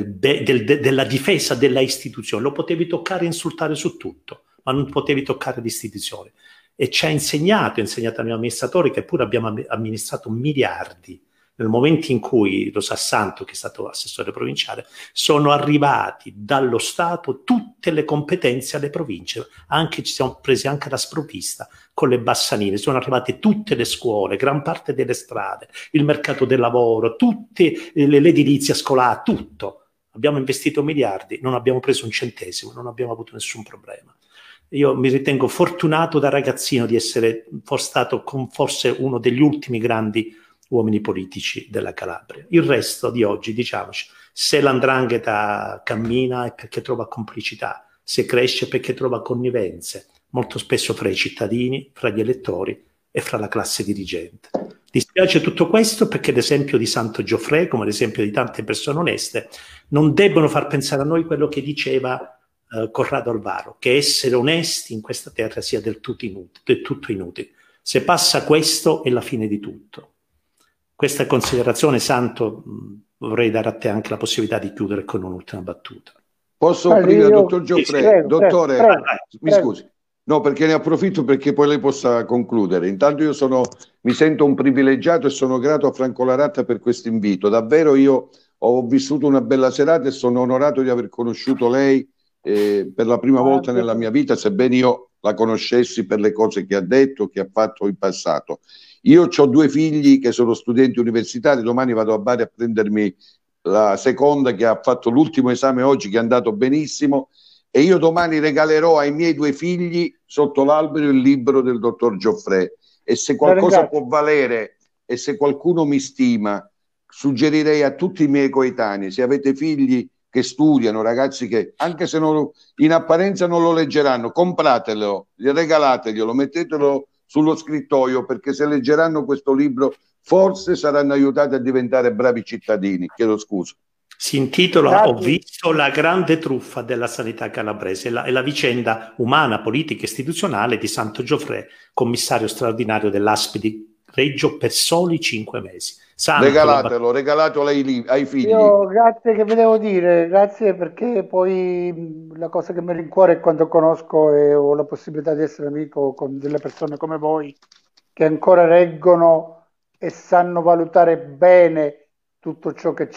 Speaker 1: della difesa della istituzione. Lo potevi toccare e insultare su tutto, ma non potevi toccare l'istituzione. E ci ha insegnato al mio amministratore, che pure abbiamo amministrato miliardi. Nel momento in cui, lo sa Santo, che è stato assessore provinciale, sono arrivati dallo Stato tutte le competenze alle province, ci siamo presi anche la sprovvista con le Bassanine, sono arrivate tutte le scuole, gran parte delle strade, il mercato del lavoro, tutte l'edilizia scolare, tutto. Abbiamo investito miliardi, non abbiamo preso un centesimo, non abbiamo avuto nessun problema. Io mi ritengo fortunato da ragazzino di essere stato forse uno degli ultimi grandi uomini politici della Calabria. Il resto di oggi, diciamoci, se l''ndrangheta cammina è perché trova complicità, se cresce è perché trova connivenze, molto spesso fra i cittadini, fra gli elettori e fra la classe dirigente. Dispiace tutto questo perché l'esempio di Santo Gioffre, come l'esempio di tante persone oneste, non debbono far pensare a noi quello che diceva Corrado Alvaro, che essere onesti in questa terra sia del tutto inutile. Se passa questo è la fine di tutto. Questa considerazione, Santo, vorrei dare a te anche la possibilità di chiudere con un'ultima battuta.
Speaker 3: Posso aprire al dottor Gioffre? Dottore, mi scusi. No, perché ne approfitto perché poi lei possa concludere. Intanto io mi sento un privilegiato e sono grato a Franco Laratta per questo invito. Davvero io ho vissuto una bella serata e sono onorato di aver conosciuto lei per la prima volta nella mia vita, sebbene io la conoscessi per le cose che ha detto, che ha fatto in passato. Io ho 2 figli che sono studenti universitari, domani vado a Bari a prendermi la seconda che ha fatto l'ultimo esame oggi, che è andato benissimo, e io domani regalerò ai miei 2 figli sotto l'albero il libro del dottor Gioffre, e se qualcosa può valere e se qualcuno mi stima, suggerirei a tutti i miei coetanei, se avete figli che studiano, ragazzi che anche se in apparenza non lo leggeranno, compratelo, regalateglielo, mettetelo sullo scrittoio, perché se leggeranno questo libro forse saranno aiutati a diventare bravi cittadini. Chiedo scusa.
Speaker 1: Si intitola Ho visto la grande truffa della sanità calabrese, è la vicenda umana, politica e istituzionale di Santo Gioffre, commissario straordinario dell'ASP di Reggio per soli 5 mesi. Santo,
Speaker 3: regalatelo ai figli.
Speaker 2: Io grazie, che vi devo dire, grazie, perché poi la cosa che mi rincuora è quando conosco e ho la possibilità di essere amico con delle persone come voi che ancora reggono e sanno valutare bene tutto ciò che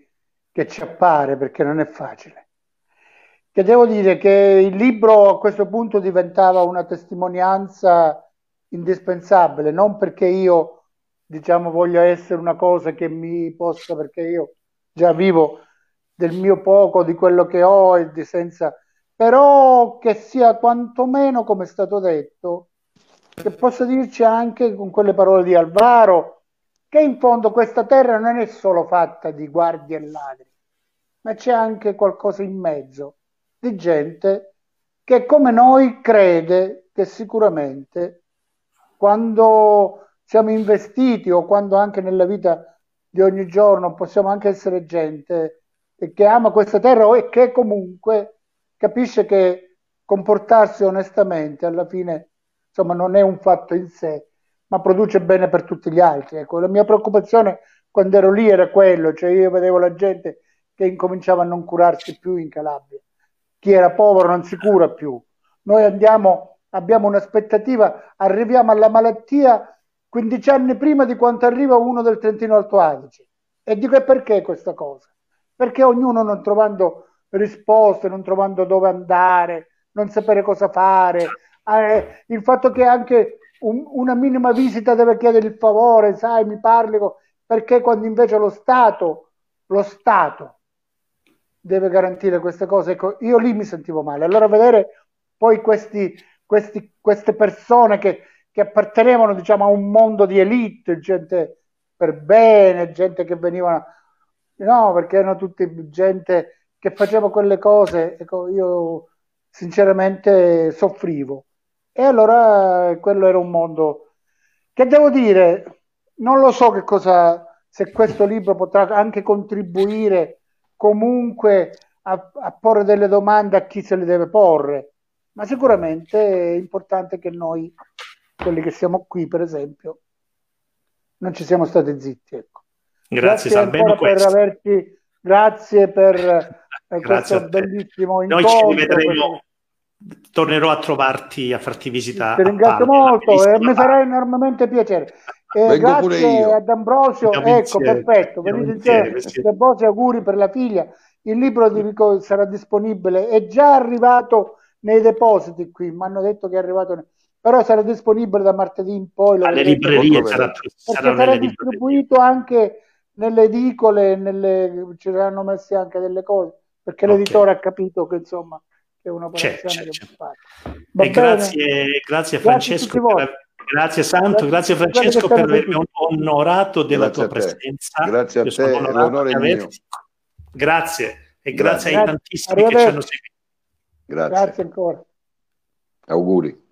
Speaker 2: ci appare, perché non è facile. Che devo dire che il libro a questo punto diventava una testimonianza indispensabile, non perché io voglia essere una cosa che mi possa, perché io già vivo del mio poco, di quello che ho e di senza, però che sia quantomeno, come è stato detto, che possa dirci anche con quelle parole di Alvaro, che in fondo questa terra non è solo fatta di guardie e ladri, ma c'è anche qualcosa in mezzo, di gente che come noi crede che sicuramente quando siamo investiti o quando anche nella vita di ogni giorno possiamo anche essere gente che ama questa terra e che comunque capisce che comportarsi onestamente alla fine, insomma, non è un fatto in sé, ma produce bene per tutti gli altri. Ecco, la mia preoccupazione quando ero lì era quello, cioè io vedevo la gente che incominciava a non curarsi più in Calabria. Chi era povero non si cura più. Noi abbiamo un'aspettativa, arriviamo alla malattia 15 anni prima di quanto arriva uno del Trentino Alto Adige. E dico, e perché questa cosa? Perché ognuno non trovando risposte, non trovando dove andare, non sapere cosa fare, il fatto che anche una minima visita deve chiedere il favore, sai, mi parli, perché quando invece lo Stato deve garantire queste cose. Ecco, io lì mi sentivo male. Allora vedere poi queste persone che appartenevano, diciamo, a un mondo di elite, gente per bene, gente che venivano, no, perché erano tutti gente che faceva quelle cose, ecco, io sinceramente soffrivo. E allora quello era un mondo che, devo dire, non lo so che cosa, se questo libro potrà anche contribuire comunque a porre delle domande a chi se le deve porre, ma sicuramente è importante che noi, quelli che siamo qui per esempio, non ci siamo stati zitti, ecco. Grazie ancora per averci, grazie per questo bellissimo incontro.
Speaker 1: Noi ci rivedremo, tornerò a trovarti, a farti visita.
Speaker 2: Ti ringrazio molto e mi farà enormemente piacere. Grazie ad Ambrosio, ecco, perfetto, venite insieme. Debose auguri per la figlia. Il libro sarà disponibile, è già arrivato nei depositi qui, mi hanno detto che è arrivato, però sarà disponibile da martedì in poi.
Speaker 1: Alle librerie
Speaker 2: sarà distribuito anche nelle edicole, ci saranno messe anche delle cose, perché l'editore ha capito che insomma è un'operazione che va fatta.
Speaker 1: Grazie Francesco, grazie Santo, grazie Francesco per avermi onorato della tua presenza.
Speaker 3: Grazie a te, l'onore è mio.
Speaker 1: Grazie e grazie ai tantissimi che ci hanno seguito.
Speaker 3: Grazie
Speaker 2: ancora.
Speaker 3: Auguri.